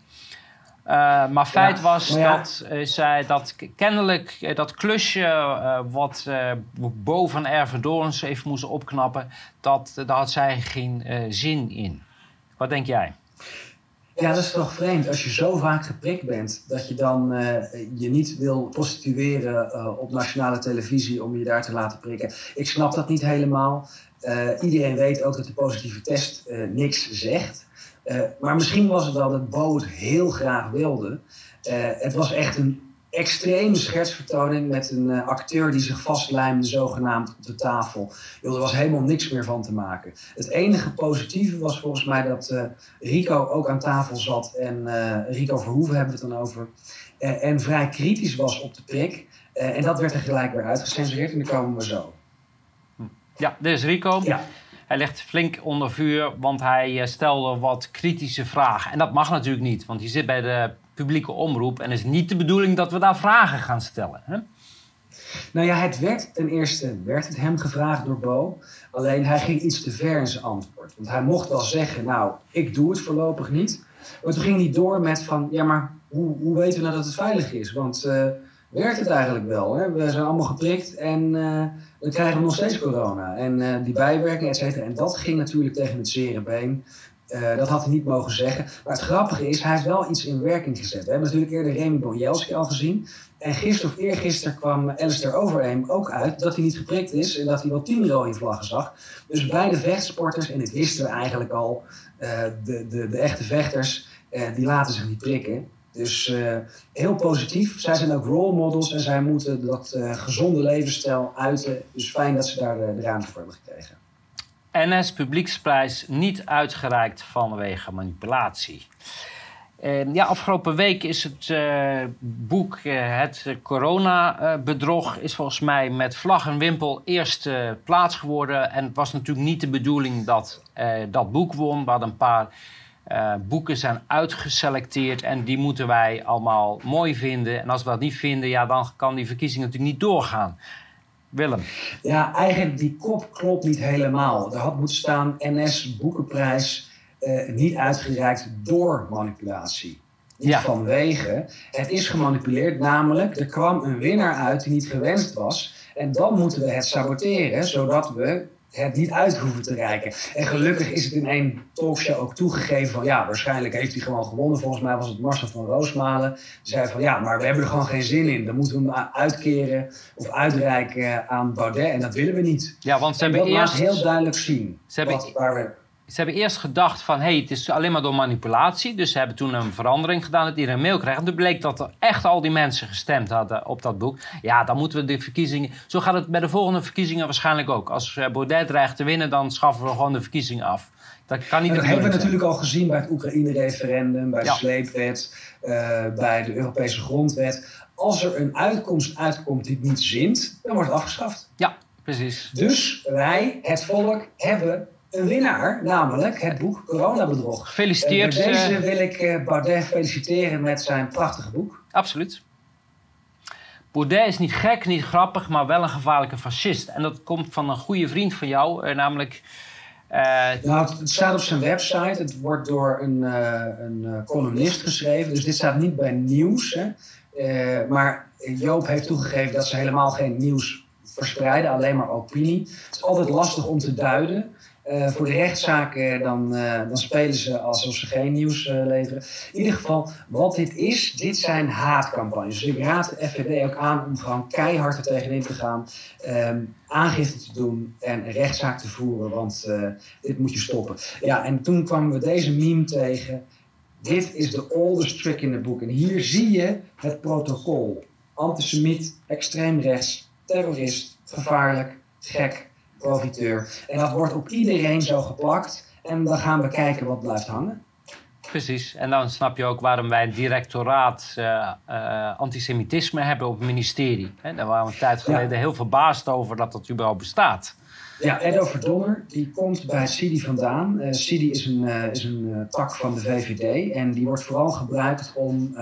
S2: Maar feit was dat zij dat kennelijk dat klusje wat Bo van Ervedoorns even moest opknappen... daar had zij geen zin in. Wat denk jij?
S1: Ja, dat is toch vreemd. Als je zo vaak geprikt bent, dat je dan je niet wil prostitueren op nationale televisie om je daar te laten prikken. Ik snap dat niet helemaal. Iedereen weet ook dat de positieve test niks zegt. Maar misschien was het wel dat Bo het heel graag wilde. Het was echt een extreme schertsvertoning met een acteur die zich vastlijmde zogenaamd op de tafel. Er was helemaal niks meer van te maken. Het enige positieve was volgens mij dat Rico ook aan tafel zat. En Rico Verhoeven hebben we het dan over. En vrij kritisch was op de prik. En dat werd er gelijk weer uitgecensureerd en daar komen we zo.
S2: Ja, dit is Rico.
S1: Ja.
S2: Hij ligt flink onder vuur, want hij stelde wat kritische vragen. En dat mag natuurlijk niet, want je zit bij de publieke omroep en het is niet de bedoeling dat we daar vragen gaan stellen. Hè?
S1: Nou ja, ten eerste werd het hem gevraagd door Bo. Alleen hij ging iets te ver in zijn antwoord. Want hij mocht wel zeggen, nou, ik doe het voorlopig niet. Maar toen ging hij door met van, ja, maar hoe weten we nou dat het veilig is? Want werkt het eigenlijk wel? Hè? We zijn allemaal geprikt en dan krijgen we nog steeds corona. En die bijwerkingen, et cetera. En dat ging natuurlijk tegen het zere been. Dat had hij niet mogen zeggen. Maar het grappige is, hij heeft wel iets in werking gezet. We hebben natuurlijk eerder Remy Bonjelski al gezien. En gisteren of eergisteren kwam Alistair Overeem ook uit dat hij niet geprikt is en dat hij wel 10 rode vlaggen zag. Dus beide vechtsporters, en dit wisten we eigenlijk al, de echte vechters, die laten zich niet prikken. Dus heel positief. Zij zijn ook role models en zij moeten dat gezonde levensstijl uiten. Dus fijn dat ze daar de ruimte voor hebben gekregen.
S2: NS Publieksprijs niet uitgereikt vanwege manipulatie. Afgelopen week is het boek Het Corona-bedrog is volgens mij met vlag en wimpel eerste plaats geworden. En het was natuurlijk niet de bedoeling dat dat boek won. We hadden een paar boeken zijn uitgeselecteerd en die moeten wij allemaal mooi vinden. En als we dat niet vinden, ja, dan kan die verkiezing natuurlijk niet doorgaan. Willem.
S1: Ja, eigenlijk die kop klopt niet helemaal. Er had moeten staan NS Boekenprijs niet uitgereikt door manipulatie. Niet vanwege. Het is gemanipuleerd, namelijk er kwam een winnaar uit die niet gewenst was. En dan moeten we het saboteren, zodat we het niet uit hoeven te reiken. En gelukkig is het in één talkshow ook toegegeven van ja, waarschijnlijk heeft hij gewoon gewonnen. Volgens mij was het Marcel van Roosmalen. Die zei van ja, maar we hebben er gewoon geen zin in. Dan moeten we hem uitkeren of uitreiken aan Baudet. En dat willen we niet.
S2: Ja, want ze
S1: en
S2: hebben
S1: dat
S2: eerst
S1: laat heel duidelijk zien.
S2: Ze hebben eerst gedacht van, het is alleen maar door manipulatie. Dus ze hebben toen een verandering gedaan dat iedereen een mail kreeg. En toen bleek dat er echt al die mensen gestemd hadden op dat boek. Ja, dan moeten we de verkiezingen... Zo gaat het bij de volgende verkiezingen waarschijnlijk ook. Als Baudet dreigt te winnen, dan schaffen we gewoon de verkiezingen af. Dat kan niet.
S1: En dat hebben we natuurlijk al gezien bij het Oekraïne-referendum, bij de sleepwet, bij de Europese grondwet. Als er een uitkomst uitkomt die het niet zint, dan wordt het afgeschaft.
S2: Ja, precies.
S1: Dus wij, het volk, hebben een winnaar, namelijk het boek Coronabedrog.
S2: Gefeliciteerd.
S1: Bij deze wil ik Baudet feliciteren met zijn prachtige boek.
S2: Absoluut. Baudet is niet gek, niet grappig, maar wel een gevaarlijke fascist. En dat komt van een goede vriend van jou, namelijk...
S1: Nou, het staat op zijn website. Het wordt door een columnist geschreven. Dus dit staat niet bij nieuws. Hè. Maar Joop heeft toegegeven dat ze helemaal geen nieuws verspreiden. Alleen maar opinie. Het is altijd lastig om te duiden. Voor de rechtszaken dan spelen ze alsof ze geen nieuws leveren. In ieder geval, wat dit zijn haatcampagnes. Dus ik raad de FVD ook aan om gewoon keihard er tegenin te gaan. Aangifte te doen en rechtszaak te voeren. Want dit moet je stoppen. Ja, en toen kwamen we deze meme tegen. Dit is de oldest trick in het boek. En hier zie je het protocol. Antisemiet, extreem rechts, terrorist, gevaarlijk, gek, profiteur. En dat wordt op iedereen zo geplakt. En dan gaan we kijken wat blijft hangen.
S2: Precies. En dan snap je ook waarom wij een directoraat antisemitisme hebben op het ministerie. Daar waren we een tijd geleden heel verbaasd over dat dat überhaupt bestaat.
S1: Ja, Edo Verdonner, die komt bij Sidi vandaan. Sidi is een tak van de VVD. En die wordt vooral gebruikt om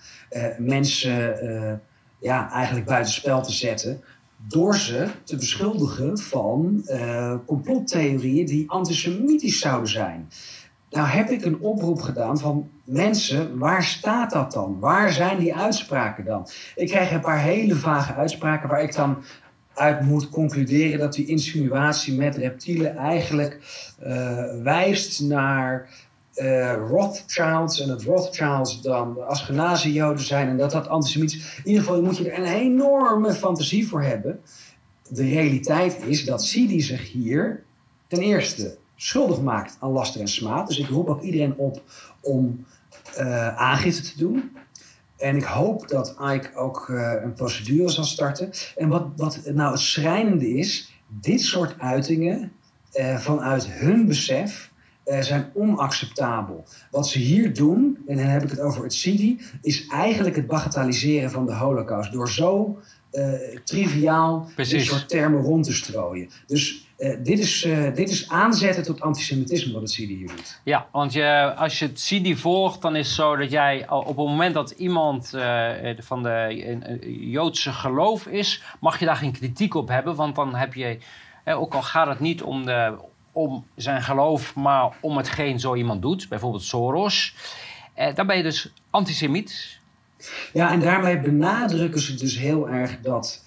S1: mensen eigenlijk buitenspel te zetten. Door ze te beschuldigen van complottheorieën die antisemitisch zouden zijn. Nou heb ik een oproep gedaan van mensen, waar staat dat dan? Waar zijn die uitspraken dan? Ik krijg een paar hele vage uitspraken waar ik dan uit moet concluderen dat die insinuatie met reptielen eigenlijk wijst naar Rothschilds. En dat Rothschilds dan de Askenazi-Joden zijn en dat antisemitisch. In ieder geval moet je er een enorme fantasie voor hebben. De realiteit is dat Sidi zich hier ten eerste schuldig maakt aan laster en smaad. Dus ik roep ook iedereen op om aangifte te doen. En ik hoop dat Ike ook een procedure zal starten. En wat nou het schrijnende is, dit soort uitingen vanuit hun besef zijn onacceptabel. Wat ze hier doen, en dan heb ik het over het Sidi, is eigenlijk het bagatelliseren van de Holocaust. Door zo triviaal dit soort termen rond te strooien. Dus dit is aanzetten tot antisemitisme wat het CIDI hier doet.
S2: Ja, want als je het CIDI volgt, dan is het zo dat jij op het moment dat iemand van de Joodse geloof is, mag je daar geen kritiek op hebben. Want dan heb je, ook al gaat het niet om zijn geloof, maar om hetgeen zo iemand doet, bijvoorbeeld Soros, dan ben je dus antisemiet.
S1: Ja, en daarmee benadrukken ze dus heel erg dat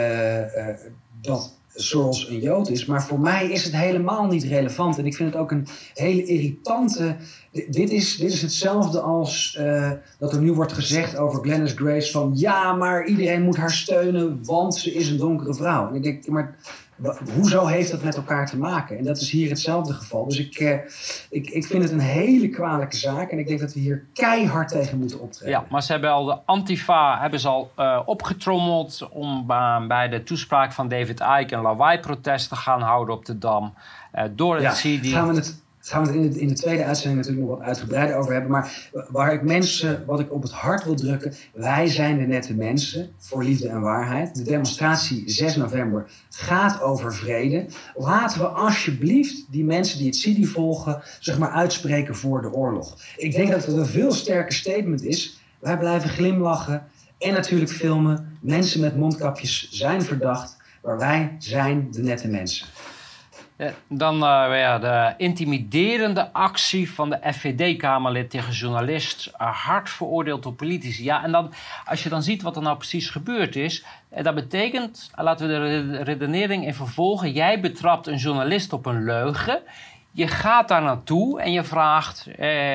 S1: Soros een Jood is. Maar voor mij is het helemaal niet relevant. En ik vind het ook een hele irritante... Dit is hetzelfde als dat er nu wordt gezegd over Glennis Grace van... ja, maar iedereen moet haar steunen, want ze is een donkere vrouw. En ik denk, maar hoezo heeft dat met elkaar te maken? En dat is hier hetzelfde geval. Dus ik vind het een hele kwalijke zaak. En ik denk dat we hier keihard tegen moeten optreden.
S2: Ja, maar ze hebben al de Antifa opgetrommeld om bij de toespraak van David Icke een lawaai-protest te gaan houden op de Dam. Door het CIDI.
S1: Gaan we het in de tweede uitzending natuurlijk nog wat uitgebreider over hebben. Maar wat ik op het hart wil drukken. Wij zijn de nette mensen voor liefde en waarheid. De demonstratie 6 november gaat over vrede. Laten we alsjeblieft die mensen die het CIDI volgen, zeg maar, uitspreken voor de oorlog. Ik denk dat het een veel sterker statement is. Wij blijven glimlachen en natuurlijk filmen. Mensen met mondkapjes zijn verdacht. Maar wij zijn de nette mensen.
S2: Dan de intimiderende actie van de FVD-Kamerlid tegen journalist, hard veroordeeld door politici. Ja, en dan, als je dan ziet wat er nou precies gebeurd is, dat betekent, laten we de redenering even volgen, jij betrapt een journalist op een leugen, je gaat daar naartoe en je vraagt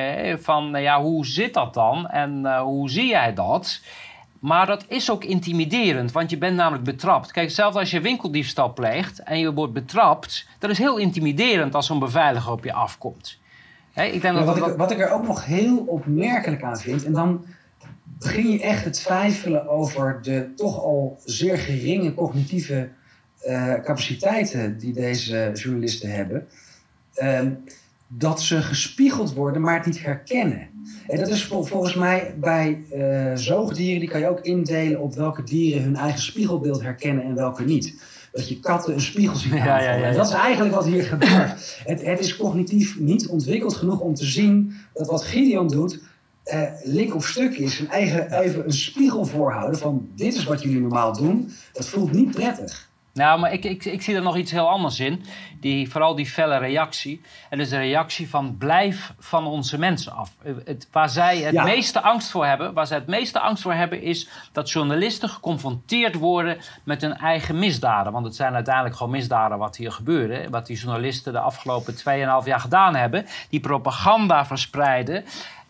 S2: hoe zit dat dan en hoe zie jij dat? Maar dat is ook intimiderend, want je bent namelijk betrapt. Kijk, zelfs als je winkeldiefstal pleegt en je wordt betrapt, dat is heel intimiderend als zo'n beveiliger op je afkomt. Ik denk
S1: wat ik er ook nog heel opmerkelijk aan vind, en dan begin je echt te twijfelen over de toch al zeer geringe cognitieve capaciteiten die deze journalisten hebben, dat ze gespiegeld worden, maar het niet herkennen. En dat is volgens mij bij zoogdieren, die kan je ook indelen op welke dieren hun eigen spiegelbeeld herkennen en welke niet. Dat je katten een spiegel zien aanvallen. Ja. Dat is eigenlijk wat hier gebeurt. Het is cognitief niet ontwikkeld genoeg om te zien dat wat Gideon doet, lik op stuk is. En even een spiegel voorhouden van dit is wat jullie normaal doen. Dat voelt niet prettig.
S2: Nou, maar ik zie er nog iets heel anders in. Vooral die felle reactie. En dus de reactie van blijf van onze mensen af. Waar zij het meeste angst voor hebben, is dat journalisten geconfronteerd worden met hun eigen misdaden. Want het zijn uiteindelijk gewoon misdaden wat hier gebeurde. Wat die journalisten de afgelopen 2,5 jaar gedaan hebben. Die propaganda verspreiden.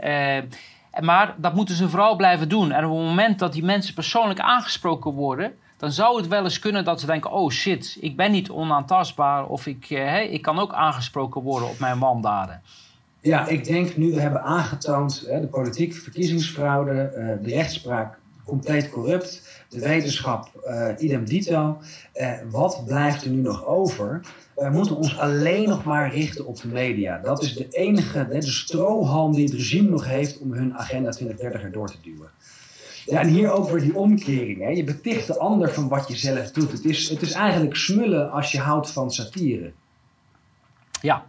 S2: Maar dat moeten ze vooral blijven doen. En op het moment dat die mensen persoonlijk aangesproken worden, dan zou het wel eens kunnen dat ze denken, oh shit, ik ben niet onaantastbaar of ik kan ook aangesproken worden op mijn wandaden.
S1: Ja, ik denk nu we hebben aangetoond, de politiek, verkiezingsfraude, de rechtspraak compleet corrupt, de wetenschap idem dito. Wat blijft er nu nog over? Wij moeten ons alleen nog maar richten op de media. Dat is de enige, de strohalm die het regime nog heeft om hun agenda 2030 erdoor te duwen. Ja, en hier ook weer die omkering. Hè. Je beticht de ander van wat je zelf doet. Het is eigenlijk smullen als je houdt van satire.
S2: Ja.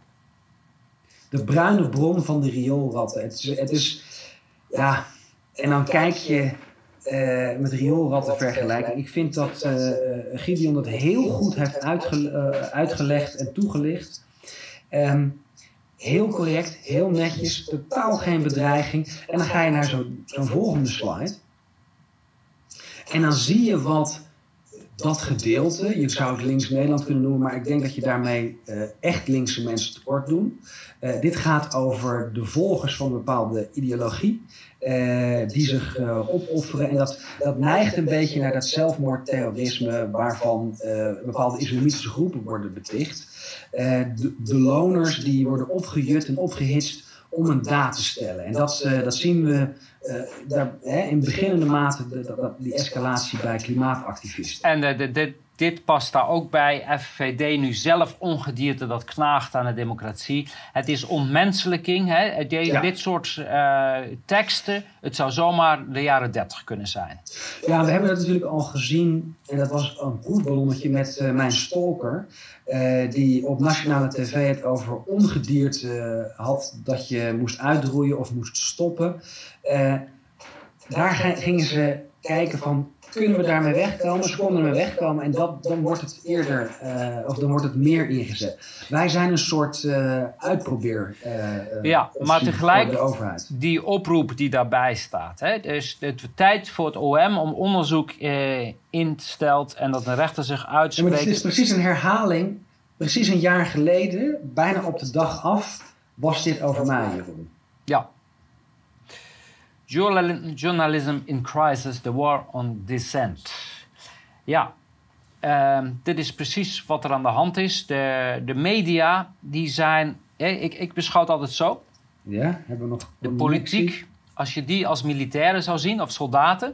S1: De bruine bron van de rioolratten. Het is ja, en dan kijk je met rioolratten vergelijken. Ik vind dat Gideon dat heel goed heeft uitgelegd en toegelicht. Heel correct, heel netjes, totaal geen bedreiging. En dan ga je naar zo'n volgende slide. En dan zie je wat dat gedeelte, je zou het links Nederland kunnen noemen, maar ik denk dat je daarmee echt linkse mensen tekort doet. Dit gaat over de volgers van een bepaalde ideologie, die zich opofferen. En dat neigt een beetje naar dat zelfmoordterrorisme waarvan bepaalde islamitische groepen worden beticht. De loners die worden opgejut en opgehitst om een daad te stellen. En dat zien we in beginnende mate die escalatie bij klimaatactivisten.
S2: En dit past daar ook bij. FVD nu zelf ongedierte dat knaagt aan de democratie. Het is ontmenselijking. Hè? Dit soort teksten, het zou zomaar de jaren 30 kunnen zijn.
S1: Ja, we hebben dat natuurlijk al gezien. En dat was een proefballonnetje met mijn stalker. Die op nationale tv het over ongedierte had dat je moest uitroeien of moest stoppen. Daar gingen ze kijken van, kunnen we daarmee wegkomen? Ze konden ermee wegkomen en dan wordt het eerder, of dan wordt het meer ingezet. Wij zijn een soort uitprobeer
S2: maar tegelijk
S1: voor de overheid.
S2: Die oproep die daarbij staat. Hè? Dus het tijd voor het OM om onderzoek in te stellen en dat de rechter zich uitspreekt.
S1: Ja, maar het is precies een herhaling. Precies een jaar geleden, bijna op de dag af, was dit over mij, Jeroen.
S2: Ja. Journalism in crisis, the war on dissent. Ja, dit is precies wat er aan de hand is. De media, die zijn... Ik beschouw het altijd zo.
S1: Ja, hebben we nog...
S2: De politiek, als je die als militairen zou zien, of soldaten...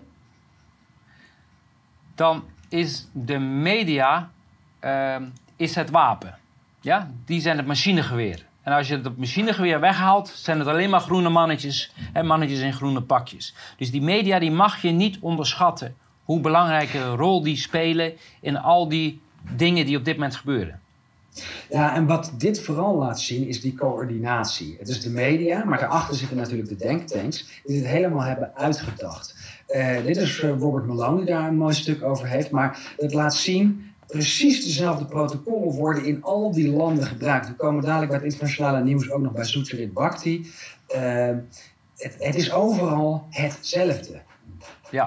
S2: dan is de media is het wapen. Ja? Die zijn het machinegeweer. En als je het machinegeweer weghaalt, zijn het alleen maar groene mannetjes en mannetjes in groene pakjes. Dus die media die mag je niet onderschatten. Hoe belangrijke rol die spelen in al die dingen die op dit moment gebeuren.
S1: Ja, en wat dit vooral laat zien is die coördinatie. Het is de media, maar daarachter zitten natuurlijk de denktanks die dit helemaal hebben uitgedacht. Dit is Robert Malone die daar een mooi stuk over heeft, maar het laat zien... Precies dezelfde protocollen worden in al die landen gebruikt. We komen dadelijk bij het internationale nieuws ook nog bij Sucharit Bhakti. Het is overal hetzelfde.
S2: Ja.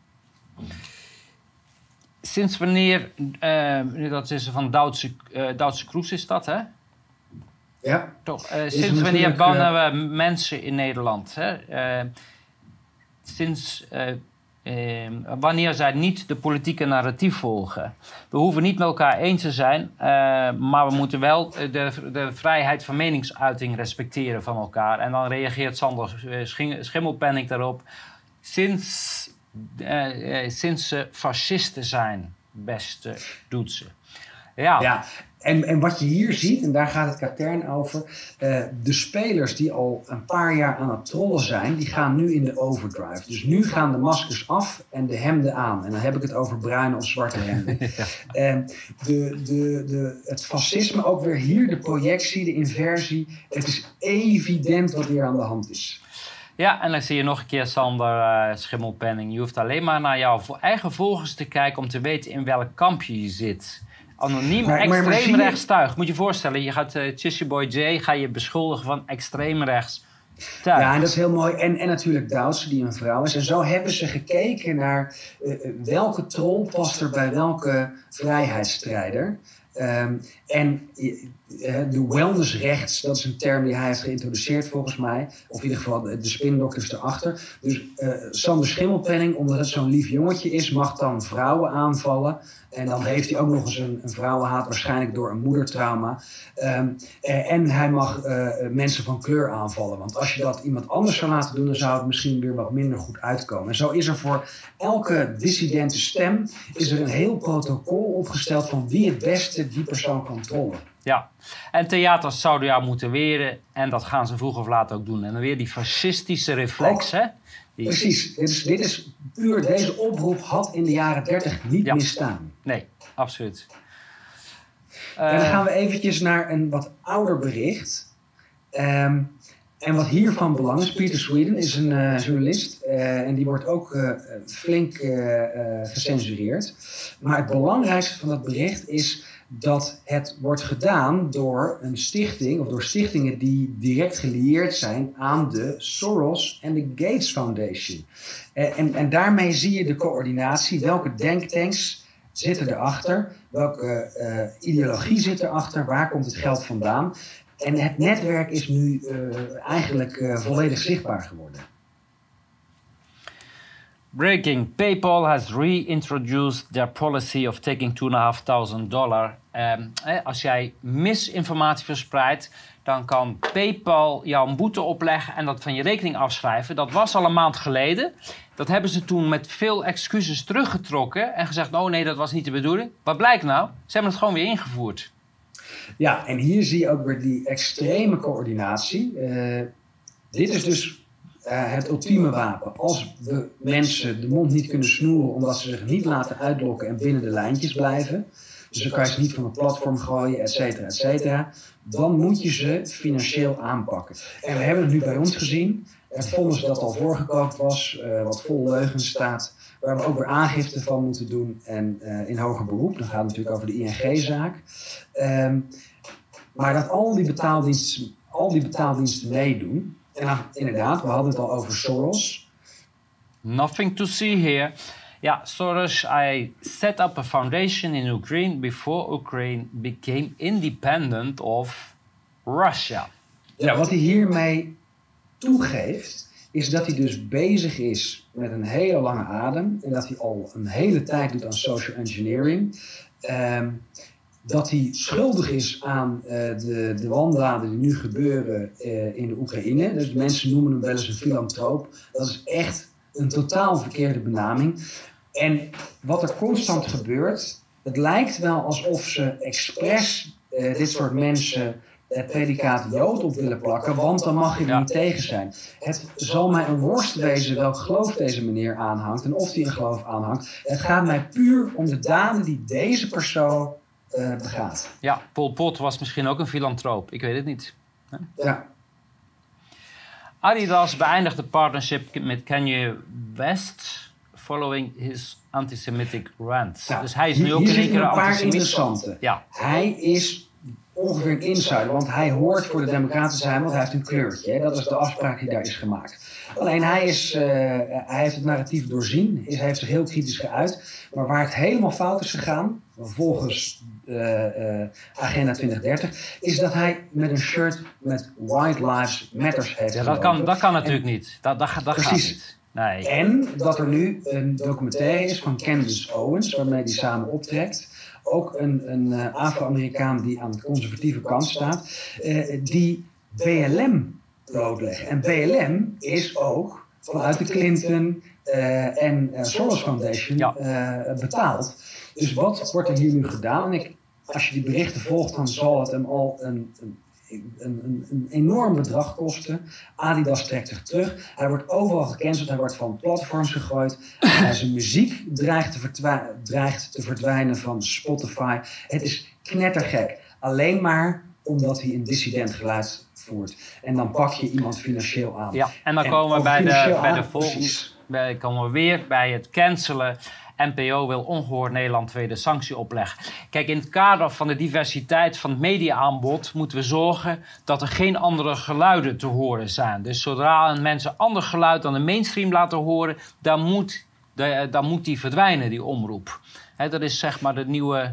S2: Sinds wanneer, dat is van Duitse Kroes is dat, hè?
S1: Ja.
S2: Toch, sinds wanneer bannen we mensen in Nederland? Hè? Sinds... wanneer zij niet de politieke narratief volgen. We hoeven niet met elkaar eens te zijn, maar we moeten wel de vrijheid van meningsuiting respecteren van elkaar. En dan reageert Sander Schimmelpenninck daarop. Sinds ze fascisten zijn, beste doet ze. Ja.
S1: En wat je hier ziet, en daar gaat het katern over... de spelers die al een paar jaar aan het trollen zijn... die gaan nu in de overdrive. Dus nu gaan de maskers af en de hemden aan. En dan heb ik het over bruine of zwarte hemden. Het fascisme, ook weer hier de projectie, de inversie. Het is evident wat hier aan de hand is.
S2: Ja, en dan zie je nog een keer Sander Schimmelpenninck. Je hoeft alleen maar naar jouw eigen volgers te kijken... om te weten in welk kampje je zit... Anoniem extreem rechts tuig. Moet je je voorstellen, je gaat Chissy Boy J ga je beschuldigen van extreem rechts tuig.
S1: Ja, en dat is heel mooi. En natuurlijk Doutzen, die een vrouw is. En zo hebben ze gekeken naar welke troll past er bij welke vrijheidsstrijder. En de wellnessrechts, dat is een term die hij heeft geïntroduceerd volgens mij. Of in ieder geval de spindokters erachter. Dus Sander Schimmelpenninck, omdat het zo'n lief jongetje is, mag dan vrouwen aanvallen. En dan heeft hij ook nog eens een vrouwenhaat, waarschijnlijk door een moedertrauma. En hij mag mensen van kleur aanvallen. Want als je dat iemand anders zou laten doen, dan zou het misschien weer wat minder goed uitkomen. En zo is er voor elke dissidente stem is er een heel protocol opgesteld van wie het beste die persoon kan trollen.
S2: Ja, en theaters zouden jou moeten weren. En dat gaan ze vroeg of laat ook doen. En dan weer die fascistische reflex, hè?
S1: Precies. Dit is puur, deze oproep had in de jaren 30 niet misstaan.
S2: Nee, absoluut.
S1: En dan gaan we eventjes naar een wat ouder bericht. En wat hiervan belang is, Peter Sweden is een journalist. En die wordt ook flink gecensureerd. Maar het belangrijkste van dat bericht is dat het wordt gedaan door een stichting, of door stichtingen die direct gelieerd zijn aan de Soros en de Gates Foundation. En daarmee zie je de coördinatie. Welke denktanks zitten erachter? Welke ideologie zit erachter? Waar komt het geld vandaan? En het netwerk is nu eigenlijk volledig zichtbaar geworden.
S2: Breaking. PayPal has reintroduced their policy of taking $2,500. Als jij misinformatie verspreidt, dan kan PayPal jou een boete opleggen en dat van je rekening afschrijven. Dat was al een maand geleden. Dat hebben ze toen met veel excuses teruggetrokken en gezegd, oh nee, dat was niet de bedoeling. Wat blijkt nou? Ze hebben het gewoon weer ingevoerd.
S1: Ja, en hier zie je ook weer die extreme coördinatie. Dit is dus het ultieme wapen. Als we mensen de mond niet kunnen snoeren omdat ze zich niet laten uitlokken en binnen de lijntjes blijven, dus dan kan je ze niet van het platform gooien, et cetera, dan moet je ze financieel aanpakken. En we hebben het nu bij ons gezien. Het vonnis dat al voorgekookt was, wat vol leugens staat, waar we ook weer aangifte van moeten doen en in hoger beroep. Dan gaat het natuurlijk over de ING-zaak. Maar dat al die betaaldiensten meedoen. En dan, inderdaad, we hadden het al over Soros.
S2: Nothing to see here. Ja, Soros, I set up a foundation in Ukraine before Ukraine became independent of Russia.
S1: Ja, wat hij hiermee toegeeft, is dat hij dus bezig is met een hele lange adem. En dat hij al een hele tijd doet aan social engineering. Dat hij schuldig is aan de wandaden die nu gebeuren in de Oekraïne. Dus mensen noemen hem wel eens een filantroop. Dat is echt een totaal verkeerde benaming. En wat er constant gebeurt, het lijkt wel alsof ze expres dit soort mensen het predicaat Jood op willen plakken, want dan mag je er niet tegen zijn. Het zal mij een worst wezen welk geloof deze meneer aanhangt en of hij een geloof aanhangt. Het gaat mij puur om de daden die deze persoon begaat.
S2: Ja, Pol Pot was misschien ook een filantroop. Ik weet het niet.
S1: Ja.
S2: Adidas beëindigt de partnership met Kanye West following his antisemitic rants.
S1: Nou,
S2: dus hij is nu ook in één keer
S1: een paar
S2: antisemit.
S1: interessante.
S2: Ja.
S1: Hij is ongeveer een insider, want hij hoort voor de Democraten te zijn, want hij heeft een kleurtje. Hè? Dat is de afspraak die daar is gemaakt. Alleen hij heeft het narratief doorzien, hij heeft zich heel kritisch geuit. Maar waar het helemaal fout is gegaan, volgens Agenda 2030, is dat hij met een shirt met White Lives Matters heeft gelopen.
S2: Dat kan natuurlijk niet. Dat gaat niet. Nee.
S1: En dat er nu een documentaire is van Candace Owens, waarmee hij samen optrekt. Ook een Afro-Amerikaan die aan de conservatieve kant staat, die BLM blootleggen. En BLM is ook vanuit de Clinton en Soros Foundation betaald. Dus wat wordt er hier nu gedaan? En als je die berichten volgt, dan zal het hem al een enorm bedrag kosten. Adidas trekt zich terug. Hij wordt overal gecanceld. Hij wordt van platforms gegooid. Zijn muziek dreigt te verdwijnen van Spotify. Het is knettergek. Alleen maar omdat hij een dissident geluid voert. En dan pak je iemand financieel aan.
S2: Ja, en dan komen we bij de volgende. Komen we weer bij het cancelen. NPO wil ongehoord Nederland tweede sanctie opleggen. Kijk, in het kader van de diversiteit van het media-aanbod moeten we zorgen dat er geen andere geluiden te horen zijn. Dus zodra mensen ander geluid dan de mainstream laten horen, dan moet die verdwijnen, die omroep. Dat is zeg maar de nieuwe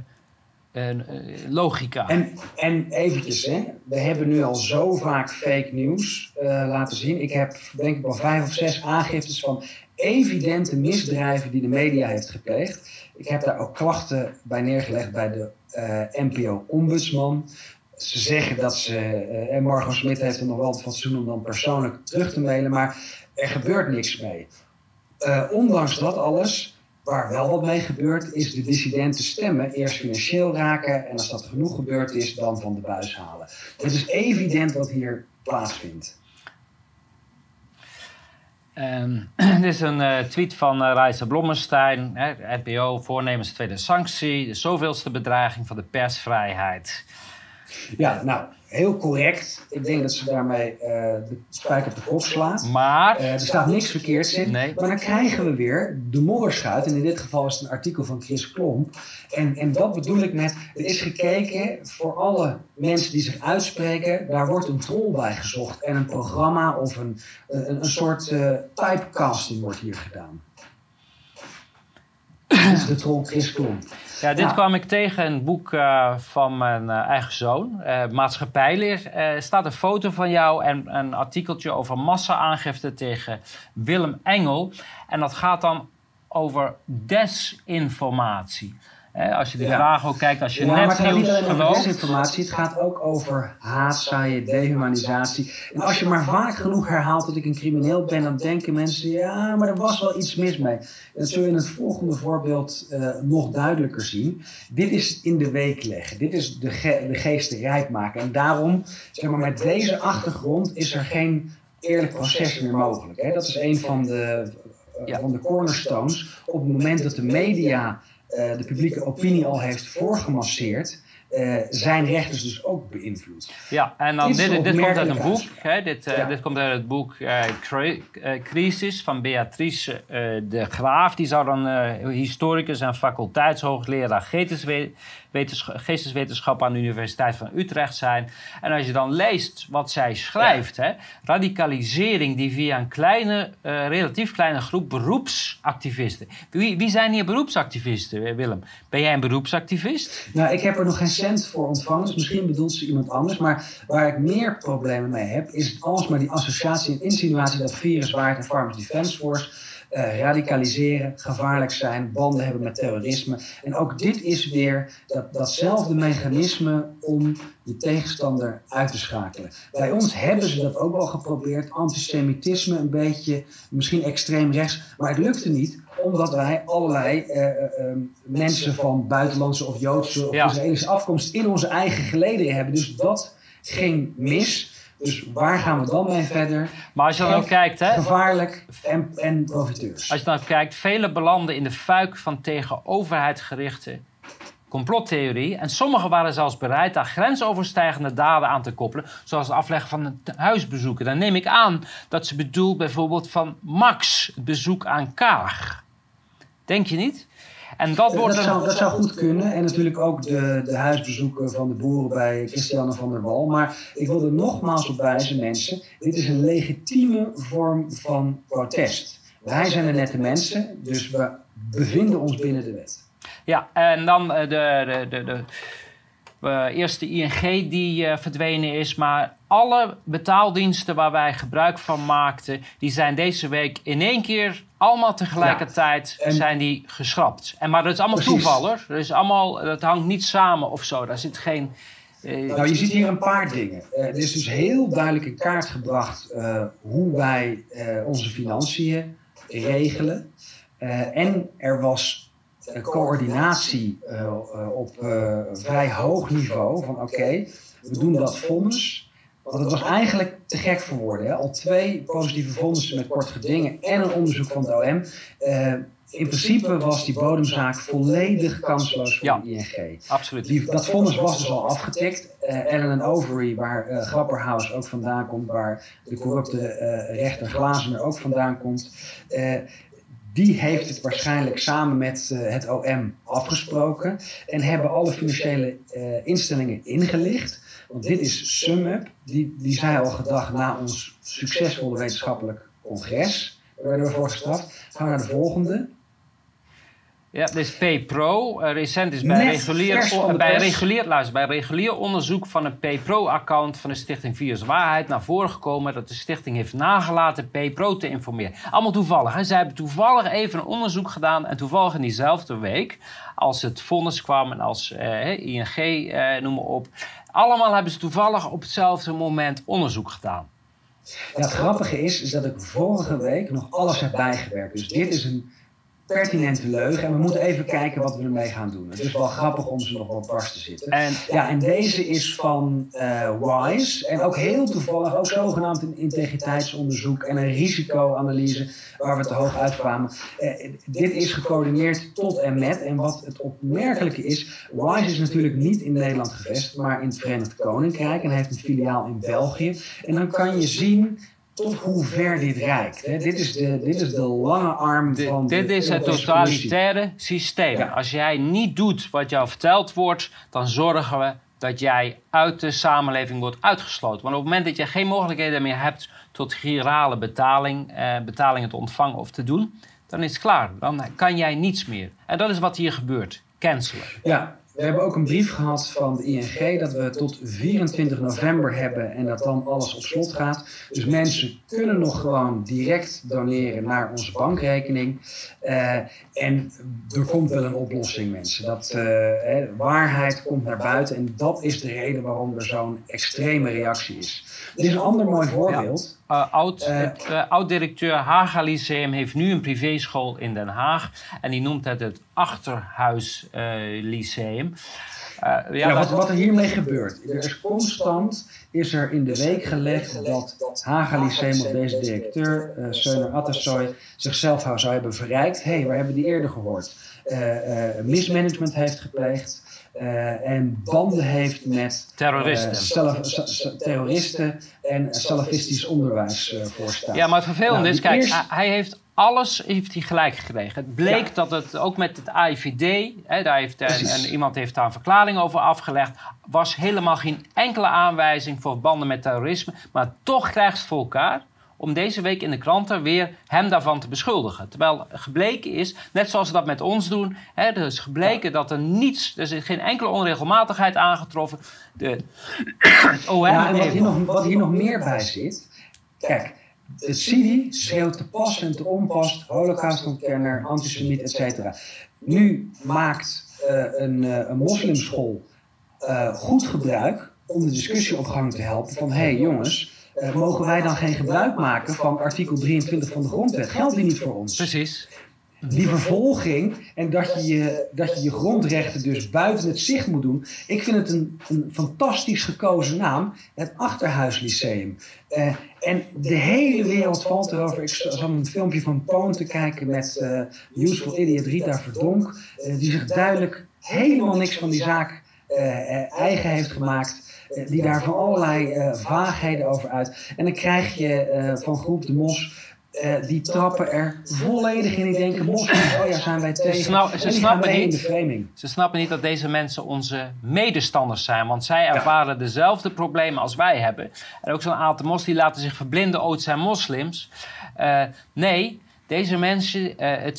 S2: logica.
S1: En eventjes, hè. We hebben nu al zo vaak fake nieuws laten zien. Ik heb denk ik al 5 of 6 aangiftes van evidente misdrijven die de media heeft gepleegd. Ik heb daar ook klachten bij neergelegd bij de NPO-ombudsman. Ze zeggen dat en Margot Smit heeft er nog wel het fatsoen om dan persoonlijk terug te mailen, maar er gebeurt niks mee. Ondanks dat alles, waar wel wat mee gebeurt, is de dissidente stemmen eerst financieel raken en als dat genoeg gebeurd is, dan van de buis halen. Het is evident wat hier plaatsvindt.
S2: Dit is een tweet van Raisa Blommestein. NPO voornemens tweede sanctie. De zoveelste bedreiging van de persvrijheid.
S1: Ja, nou, heel correct. Ik denk dat ze daarmee de spijker op de kop slaat.
S2: Maar
S1: er staat niks verkeerds in.
S2: Nee.
S1: Maar dan krijgen we weer de modderschuit. En in dit geval is het een artikel van Chris Klomp. En dat bedoel ik met, er is gekeken voor alle mensen die zich uitspreken. Daar wordt een troll bij gezocht. En een programma of een soort typecasting wordt hier gedaan. Dit is de troll Chris Klomp.
S2: Ja, dit kwam ik tegen in een boek van mijn eigen zoon, Maatschappijleer. Er staat een foto van jou en een artikeltje over massa-aangifte tegen Willem Engel. En dat gaat dan over desinformatie. Als je de vraag ook kijkt, als je
S1: maar het gaat niet alleen over
S2: gelooft...
S1: desinformatie, het gaat ook over haatzaaien, dehumanisatie. En als je maar vaak genoeg herhaalt dat ik een crimineel ben, dan denken mensen, ja, maar er was wel iets mis mee. Dat zul je in het volgende voorbeeld nog duidelijker zien. Dit is in de week leggen. Dit is de geesten rijp maken. En daarom, zeg maar, met deze achtergrond is er geen eerlijk proces meer mogelijk. Hè? Dat is een van de cornerstones. Op het moment dat de media de publieke opinie al heeft voorgemasseerd, zijn rechters dus ook beïnvloed.
S2: Ja, en dan dit komt uit een boek. Hè? Dit komt uit het boek Crisis van Beatrice de Graaf. Die zou dan historicus en faculteitshoogleraar geesteswetenschap aan de Universiteit van Utrecht zijn. En als je dan leest wat zij schrijft, hè, radicalisering die via een relatief kleine groep beroepsactivisten. Wie zijn hier beroepsactivisten, Willem? Ben jij een beroepsactivist?
S1: Nou, ik heb er nog geen cent voor ontvangen, dus misschien bedoelt ze iemand anders. Maar waar ik meer problemen mee heb, is alsmaar die associatie en insinuatie dat Viruswaard en Farmers Defence Force radicaliseren, gevaarlijk zijn, banden hebben met terrorisme. En ook dit is weer datzelfde mechanisme om je tegenstander uit te schakelen. Bij ons hebben ze dat ook wel geprobeerd, antisemitisme een beetje, misschien extreem rechts, maar het lukte niet, omdat wij allerlei mensen van buitenlandse of Joodse of Israëlische afkomst in onze eigen gelederen hebben. Dus dat ging mis. Dus waar gaan we dan mee verder?
S2: Maar als je dan ook kijkt, hè,
S1: gevaarlijk en profiteurs.
S2: Als je dan kijkt, velen belanden in de fuik van tegen overheid gerichte complottheorie. En sommigen waren zelfs bereid daar grensoverstijgende daden aan te koppelen, zoals het afleggen van een huisbezoeken. Dan neem ik aan dat ze bedoelt bijvoorbeeld van Max, het bezoek aan Kaag. Denk je niet? En dat
S1: zou goed kunnen. En natuurlijk ook de huisbezoeken van de boeren bij Christiane van der Wal. Maar ik wil er nogmaals op wijzen, mensen. Dit is een legitieme vorm van protest. Wij zijn de nette mensen, dus we bevinden ons binnen de wet.
S2: Ja, en dan eerst de ING die verdwenen is. Maar alle betaaldiensten waar wij gebruik van maakten, die zijn deze week in één keer allemaal tegelijkertijd zijn die geschrapt. Maar dat is allemaal toeval, hoor. Dat hangt niet samen of zo. Daar zit geen...
S1: Nou, je ziet hier een paar dingen. Er is dus heel duidelijk in kaart gebracht hoe wij onze financiën regelen. En er was coördinatie op vrij hoog niveau van oké, we doen dat vonnis. Want het was eigenlijk te gek voor woorden. Hè? Al 2 positieve vonnissen met kort gedingen en een onderzoek van het OM. In principe was die bodemzaak volledig kansloos voor de ING.
S2: Absoluut.
S1: Dat vonnis was dus al afgetikt. Allen & Overy, waar Grapperhaus ook vandaan komt, waar de corrupte rechter Glazener ook vandaan komt, die heeft het waarschijnlijk samen met het OM afgesproken en hebben alle financiële instellingen ingelicht. Want dit is SumUp, die zei al gedag na ons succesvolle wetenschappelijk congres. Daar werden we voor gestraft. Gaan we naar de volgende.
S2: Ja, dit is PayPro. Recent is bij regulier onderzoek van een PayPro-account van de stichting Viruswaarheid naar voren gekomen dat de stichting heeft nagelaten PayPro te informeren. Allemaal toevallig. Hè? Zij hebben toevallig even een onderzoek gedaan en toevallig in diezelfde week, als het vonnis kwam en als ING, noem maar op. Allemaal hebben ze toevallig op hetzelfde moment onderzoek gedaan.
S1: Ja, het grappige is dat ik vorige week nog alles heb bijgewerkt. Dus dit is een pertinente leugen. En we moeten even kijken wat we ermee gaan doen. Het is wel grappig om ze nog wat dwars te zitten. En deze is van WISE. En ook heel toevallig, ook zogenaamd een integriteitsonderzoek en een risicoanalyse waar we te hoog uitkwamen. Dit is gecoördineerd tot en met. En wat het opmerkelijke is, WISE is natuurlijk niet in Nederland gevestigd, maar in het Verenigd Koninkrijk en heeft een filiaal in België. En dan kan je zien tot hoe ver dit reikt. Hè? Dit is de lange arm van
S2: dit is het totalitaire systeem. Ja. Als jij niet doet wat jou verteld wordt, dan zorgen we dat jij uit de samenleving wordt uitgesloten. Want op het moment dat je geen mogelijkheden meer hebt tot girale betalingen te ontvangen of te doen, dan is het klaar. Dan kan jij niets meer. En dat is wat hier gebeurt. Cancelen.
S1: Ja, we hebben ook een brief gehad van de ING dat we tot 24 november hebben en dat dan alles op slot gaat. Dus mensen kunnen nog gewoon direct doneren naar onze bankrekening. En er komt wel een oplossing, mensen. Waarheid komt naar buiten en dat is de reden waarom er zo'n extreme reactie is. Dit is een ander mooi voorbeeld.
S2: Ja. Oud-directeur Haga Lyceum heeft nu een privéschool in Den Haag. En die noemt het Achterhuis Lyceum.
S1: Wat er hiermee gebeurt. Er is constant in de week gelegd dat Haga Lyceum of deze directeur, Söner Atasoy, zichzelf zou hebben verrijkt. Waar hebben we die eerder gehoord? Mismanagement heeft gepleegd. En banden heeft met terroristen en salafistisch onderwijs voorstaan.
S2: Ja, maar het vervelende is, kijk, hij heeft gelijk gekregen. Het bleek dat het ook met het AIVD, iemand heeft daar een verklaring over afgelegd, was helemaal geen enkele aanwijzing voor banden met terrorisme, maar toch krijgt het voor elkaar om deze week in de kranten weer hem daarvan te beschuldigen. Terwijl gebleken is, net zoals ze dat met ons doen, er is gebleken dat er is geen enkele onregelmatigheid aangetroffen. Het OM
S1: wat hier nog meer bij zit, kijk, het CIDI schreeuwt te pas en te onpas, holocaustontkenner, antisemiet, etc. Nu maakt een moslimschool goed gebruik om de discussie op gang te helpen van jongens, mogen wij dan geen gebruik maken van artikel 23 van de grondwet? Geldt die niet voor ons?
S2: Precies.
S1: Die vervolging en dat je grondrechten dus buiten het zicht moet doen. Ik vind het een fantastisch gekozen naam. Het Achterhuis Lyceum. En de hele wereld valt erover. Ik zat een filmpje van Poon te kijken met Useful Idiot Rita Verdonk. Die zich duidelijk helemaal niks van die zaak eigen heeft gemaakt. Die daar van allerlei vaagheden over uit. En dan krijg je van Groep de Mos. Die trappen er volledig in. Die denken, moslims, zijn wij tegen.
S2: Ze snappen niet dat deze mensen onze medestanders zijn. Want zij ervaren dezelfde problemen als wij hebben. En ook zo'n aantal moslims die laten zich verblinden. Het zijn moslims. Nee, deze mensen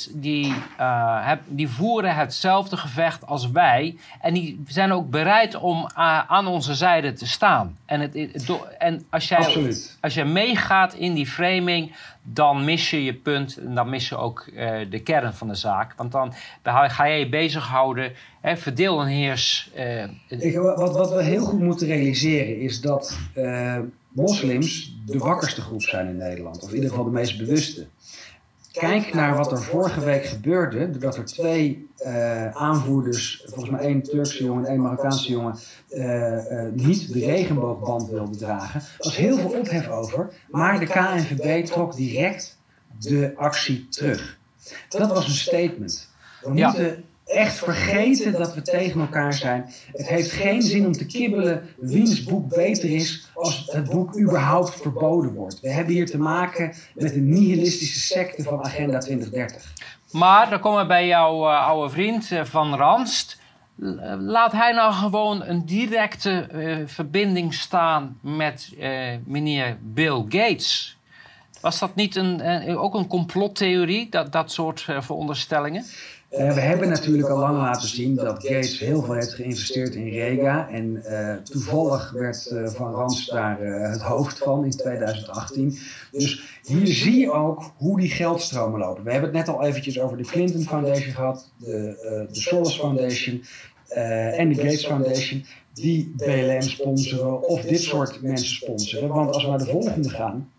S2: die voeren hetzelfde gevecht als wij. En die zijn ook bereid om aan onze zijde te staan. En als jij meegaat in die framing, dan mis je je punt. En dan mis je ook de kern van de zaak. Want dan ga je je bezighouden. Verdeel en heers.
S1: Wat we heel goed moeten realiseren is dat moslims de wakkerste groep zijn in Nederland. Of in ieder geval de meest bewuste. Kijk naar wat er vorige week gebeurde, doordat er 2 aanvoerders, volgens mij 1 Turkse jongen en 1 Marokkaanse jongen, niet de regenboogband wilden dragen. Er was heel veel ophef over, maar de KNVB trok direct de actie terug. Dat was een statement. We moeten echt vergeten dat we tegen elkaar zijn. Het heeft geen zin om te kibbelen wiens boek beter is als het boek überhaupt verboden wordt. We hebben hier te maken met een nihilistische secte van Agenda 2030.
S2: Maar dan komen we bij jouw oude vriend Van Ranst. Laat hij nou gewoon een directe verbinding staan met meneer Bill Gates. Was dat niet ook een complottheorie, dat soort veronderstellingen?
S1: We hebben natuurlijk al lang laten zien dat Gates heel veel heeft geïnvesteerd in Rega. En toevallig werd Van Ranst daar het hoofd van in 2018. Dus hier zie je ook hoe die geldstromen lopen. We hebben het net al eventjes over de Clinton Foundation gehad, de Soros Foundation en de Gates Foundation. Die BLM sponsoren of dit soort mensen sponsoren. Want als we naar de volgende gaan.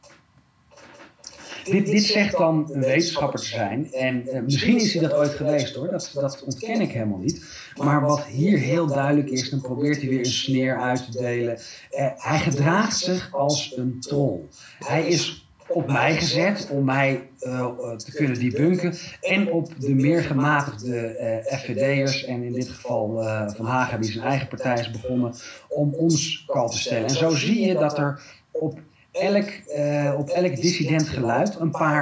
S1: Dit zegt dan een wetenschapper te zijn. En misschien is hij dat ooit geweest hoor. Dat ontken ik helemaal niet. Maar wat hier heel duidelijk is, dan probeert hij weer een sneer uit te delen. Hij gedraagt zich als een troll. Hij is op mij gezet om mij te kunnen debunken. En op de meer gematigde FVD'ers. En in dit geval Van Haga die zijn eigen partij is begonnen. Om ons kal te stellen. En zo zie je dat er op elk dissident geluid een paar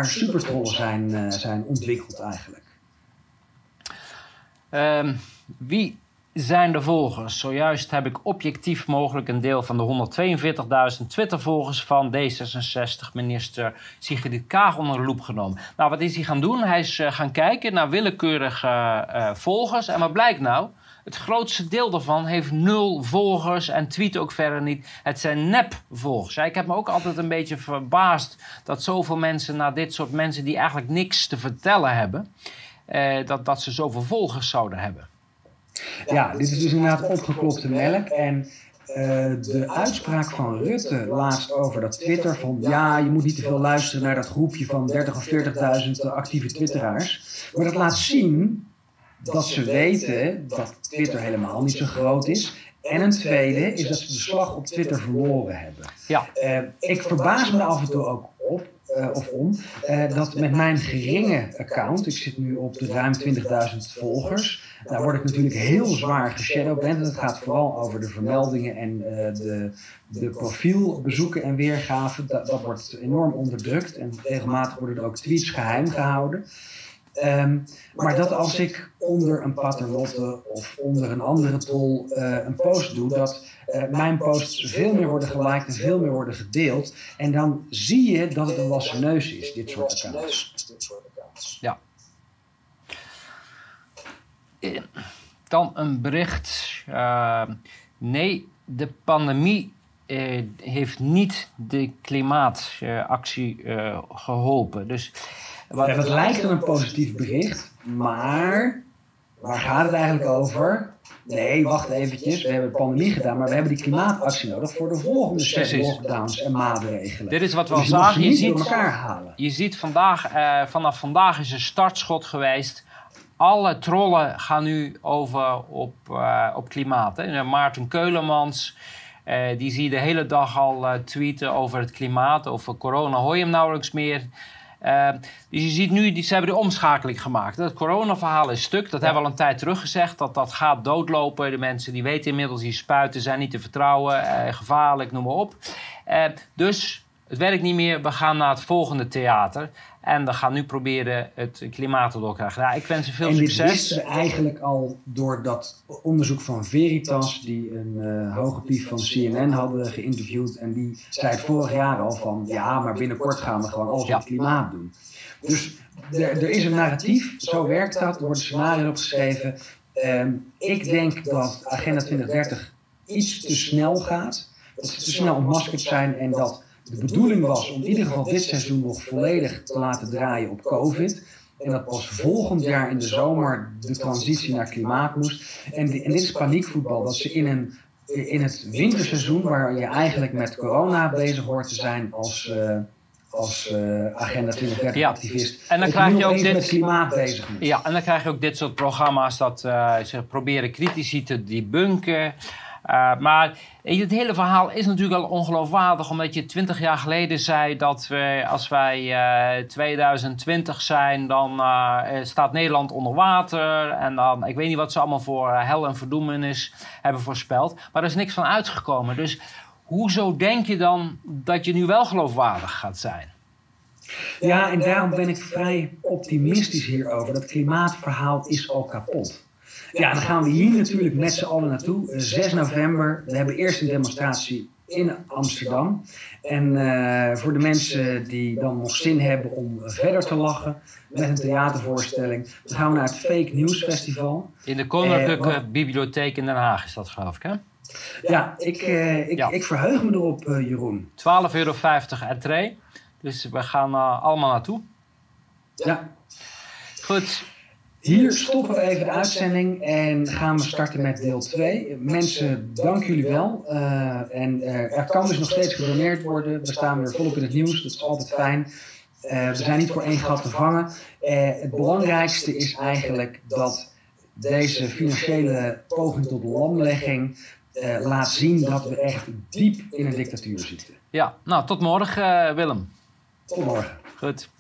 S1: supertrollen zijn ontwikkeld eigenlijk.
S2: zijn de volgers. Zojuist heb ik objectief mogelijk een deel van de 142.000 Twitter-volgers van D66-minister Sigrid Kaag onder de loep genomen. Nou, wat is hij gaan doen? Hij is gaan kijken naar willekeurige volgers. En wat blijkt nou? Het grootste deel daarvan heeft 0 volgers en tweet ook verder niet. Het zijn nep-volgers. Ja, ik heb me ook altijd een beetje verbaasd dat zoveel mensen naar dit soort mensen die eigenlijk niks te vertellen hebben, dat ze zoveel volgers zouden hebben.
S1: Ja, dit is dus inderdaad opgeklopte melk. En de uitspraak van Rutte laatst over dat Twitter van ja, je moet niet te veel luisteren naar dat groepje van 30.000 of 40.000 actieve twitteraars. Maar dat laat zien dat ze weten dat Twitter helemaal niet zo groot is. En een tweede is dat ze de slag op Twitter verloren hebben.
S2: Ja.
S1: Ik verbaas me er af en toe ook om dat met mijn geringe account, ik zit nu op de ruim 20.000 volgers, daar word ik natuurlijk heel zwaar geshadowband. Het gaat vooral over de vermeldingen en de profielbezoeken en weergaven. Dat wordt enorm onderdrukt en regelmatig worden er ook tweets geheim gehouden. Maar dat als ik onder een Paternotte of onder een andere tol een post doe, dat mijn posts veel meer worden geliked en veel meer worden gedeeld. En dan zie je dat het een wassen neus is, dit soort accounts.
S2: Ja. Dan een bericht. Nee, de pandemie heeft niet de klimaatactie geholpen. Dus
S1: ja, dat lijkt een positief bericht, maar waar gaat het eigenlijk over? Nee, wacht eventjes, we hebben de pandemie gedaan, maar we hebben die klimaatactie nodig voor de volgende set lockdowns en maatregelen.
S2: Dit is wat we al
S1: dus
S2: zagen.
S1: Je
S2: ziet vandaag, vanaf vandaag is een startschot geweest. Alle trollen gaan nu over op klimaat. Hè. Maarten Keulemans, die zie je de hele dag al tweeten over het klimaat. Over corona hoor je hem nauwelijks meer. Dus je ziet nu, ze hebben de omschakeling gemaakt. Het coronaverhaal is stuk. Dat hebben we al een tijd terug gezegd. Dat gaat doodlopen. De mensen die weten inmiddels, die spuiten zijn niet te vertrouwen. Gevaarlijk, noem maar op. Dus het werkt niet meer. We gaan naar het volgende theater. En we gaan nu proberen het klimaat te krijgen. Ja, ik wens ze veel succes.
S1: En dit wisten we eigenlijk al door dat onderzoek van Veritas, die een hoge pief van CNN hadden geïnterviewd. En die zei het vorig jaar al van ja, maar binnenkort gaan we gewoon alles op het klimaat doen. Dus er is een narratief, zo werkt dat. Er worden scenario's opgeschreven. Ik denk dat Agenda 2030 iets te snel gaat. Dat ze te snel ontmaskerd zijn en dat de bedoeling was om in ieder geval dit seizoen nog volledig te laten draaien op COVID. En dat pas volgend jaar in de zomer de transitie naar klimaat moest. En dit is paniekvoetbal. Dat ze in het winterseizoen, waar je eigenlijk met corona bezig hoort te zijn als Agenda 2030 activist.
S2: En dan krijg je ook dit
S1: met klimaat bezig moet.
S2: Ja, en dan krijg je ook dit soort programma's dat ze proberen critici te debunken. Maar het hele verhaal is natuurlijk al ongeloofwaardig, omdat je 20 jaar geleden zei dat als wij 2020 zijn, dan staat Nederland onder water. En dan, ik weet niet wat ze allemaal voor hel en verdoemenis hebben voorspeld. Maar er is niks van uitgekomen. Dus hoezo denk je dan dat je nu wel geloofwaardig gaat zijn?
S1: Ja, en daarom ben ik vrij optimistisch hierover. Dat klimaatverhaal is al kapot. Ja, dan gaan we hier natuurlijk met z'n allen naartoe. 6 november, we hebben eerst een demonstratie in Amsterdam. En voor de mensen die dan nog zin hebben om verder te lachen met een theatervoorstelling, dan gaan we naar het Fake News Festival.
S2: In de Koninklijke Bibliotheek in Den Haag is dat, geloof ik, hè?
S1: Ja, ik verheug me erop, Jeroen.
S2: €12,50 entree. Dus we gaan allemaal naartoe.
S1: Ja.
S2: Goed.
S1: Hier stoppen we even de uitzending en gaan we starten met deel 2. Mensen, dank jullie wel. Er kan dus nog steeds gedoneerd worden. We staan weer volop in het nieuws, dat is altijd fijn. We zijn niet voor één gat te vangen. Het belangrijkste is eigenlijk dat deze financiële poging tot lamlegging laat zien dat we echt diep in een dictatuur zitten.
S2: Ja, nou tot morgen Willem.
S1: Tot morgen.
S2: Goed.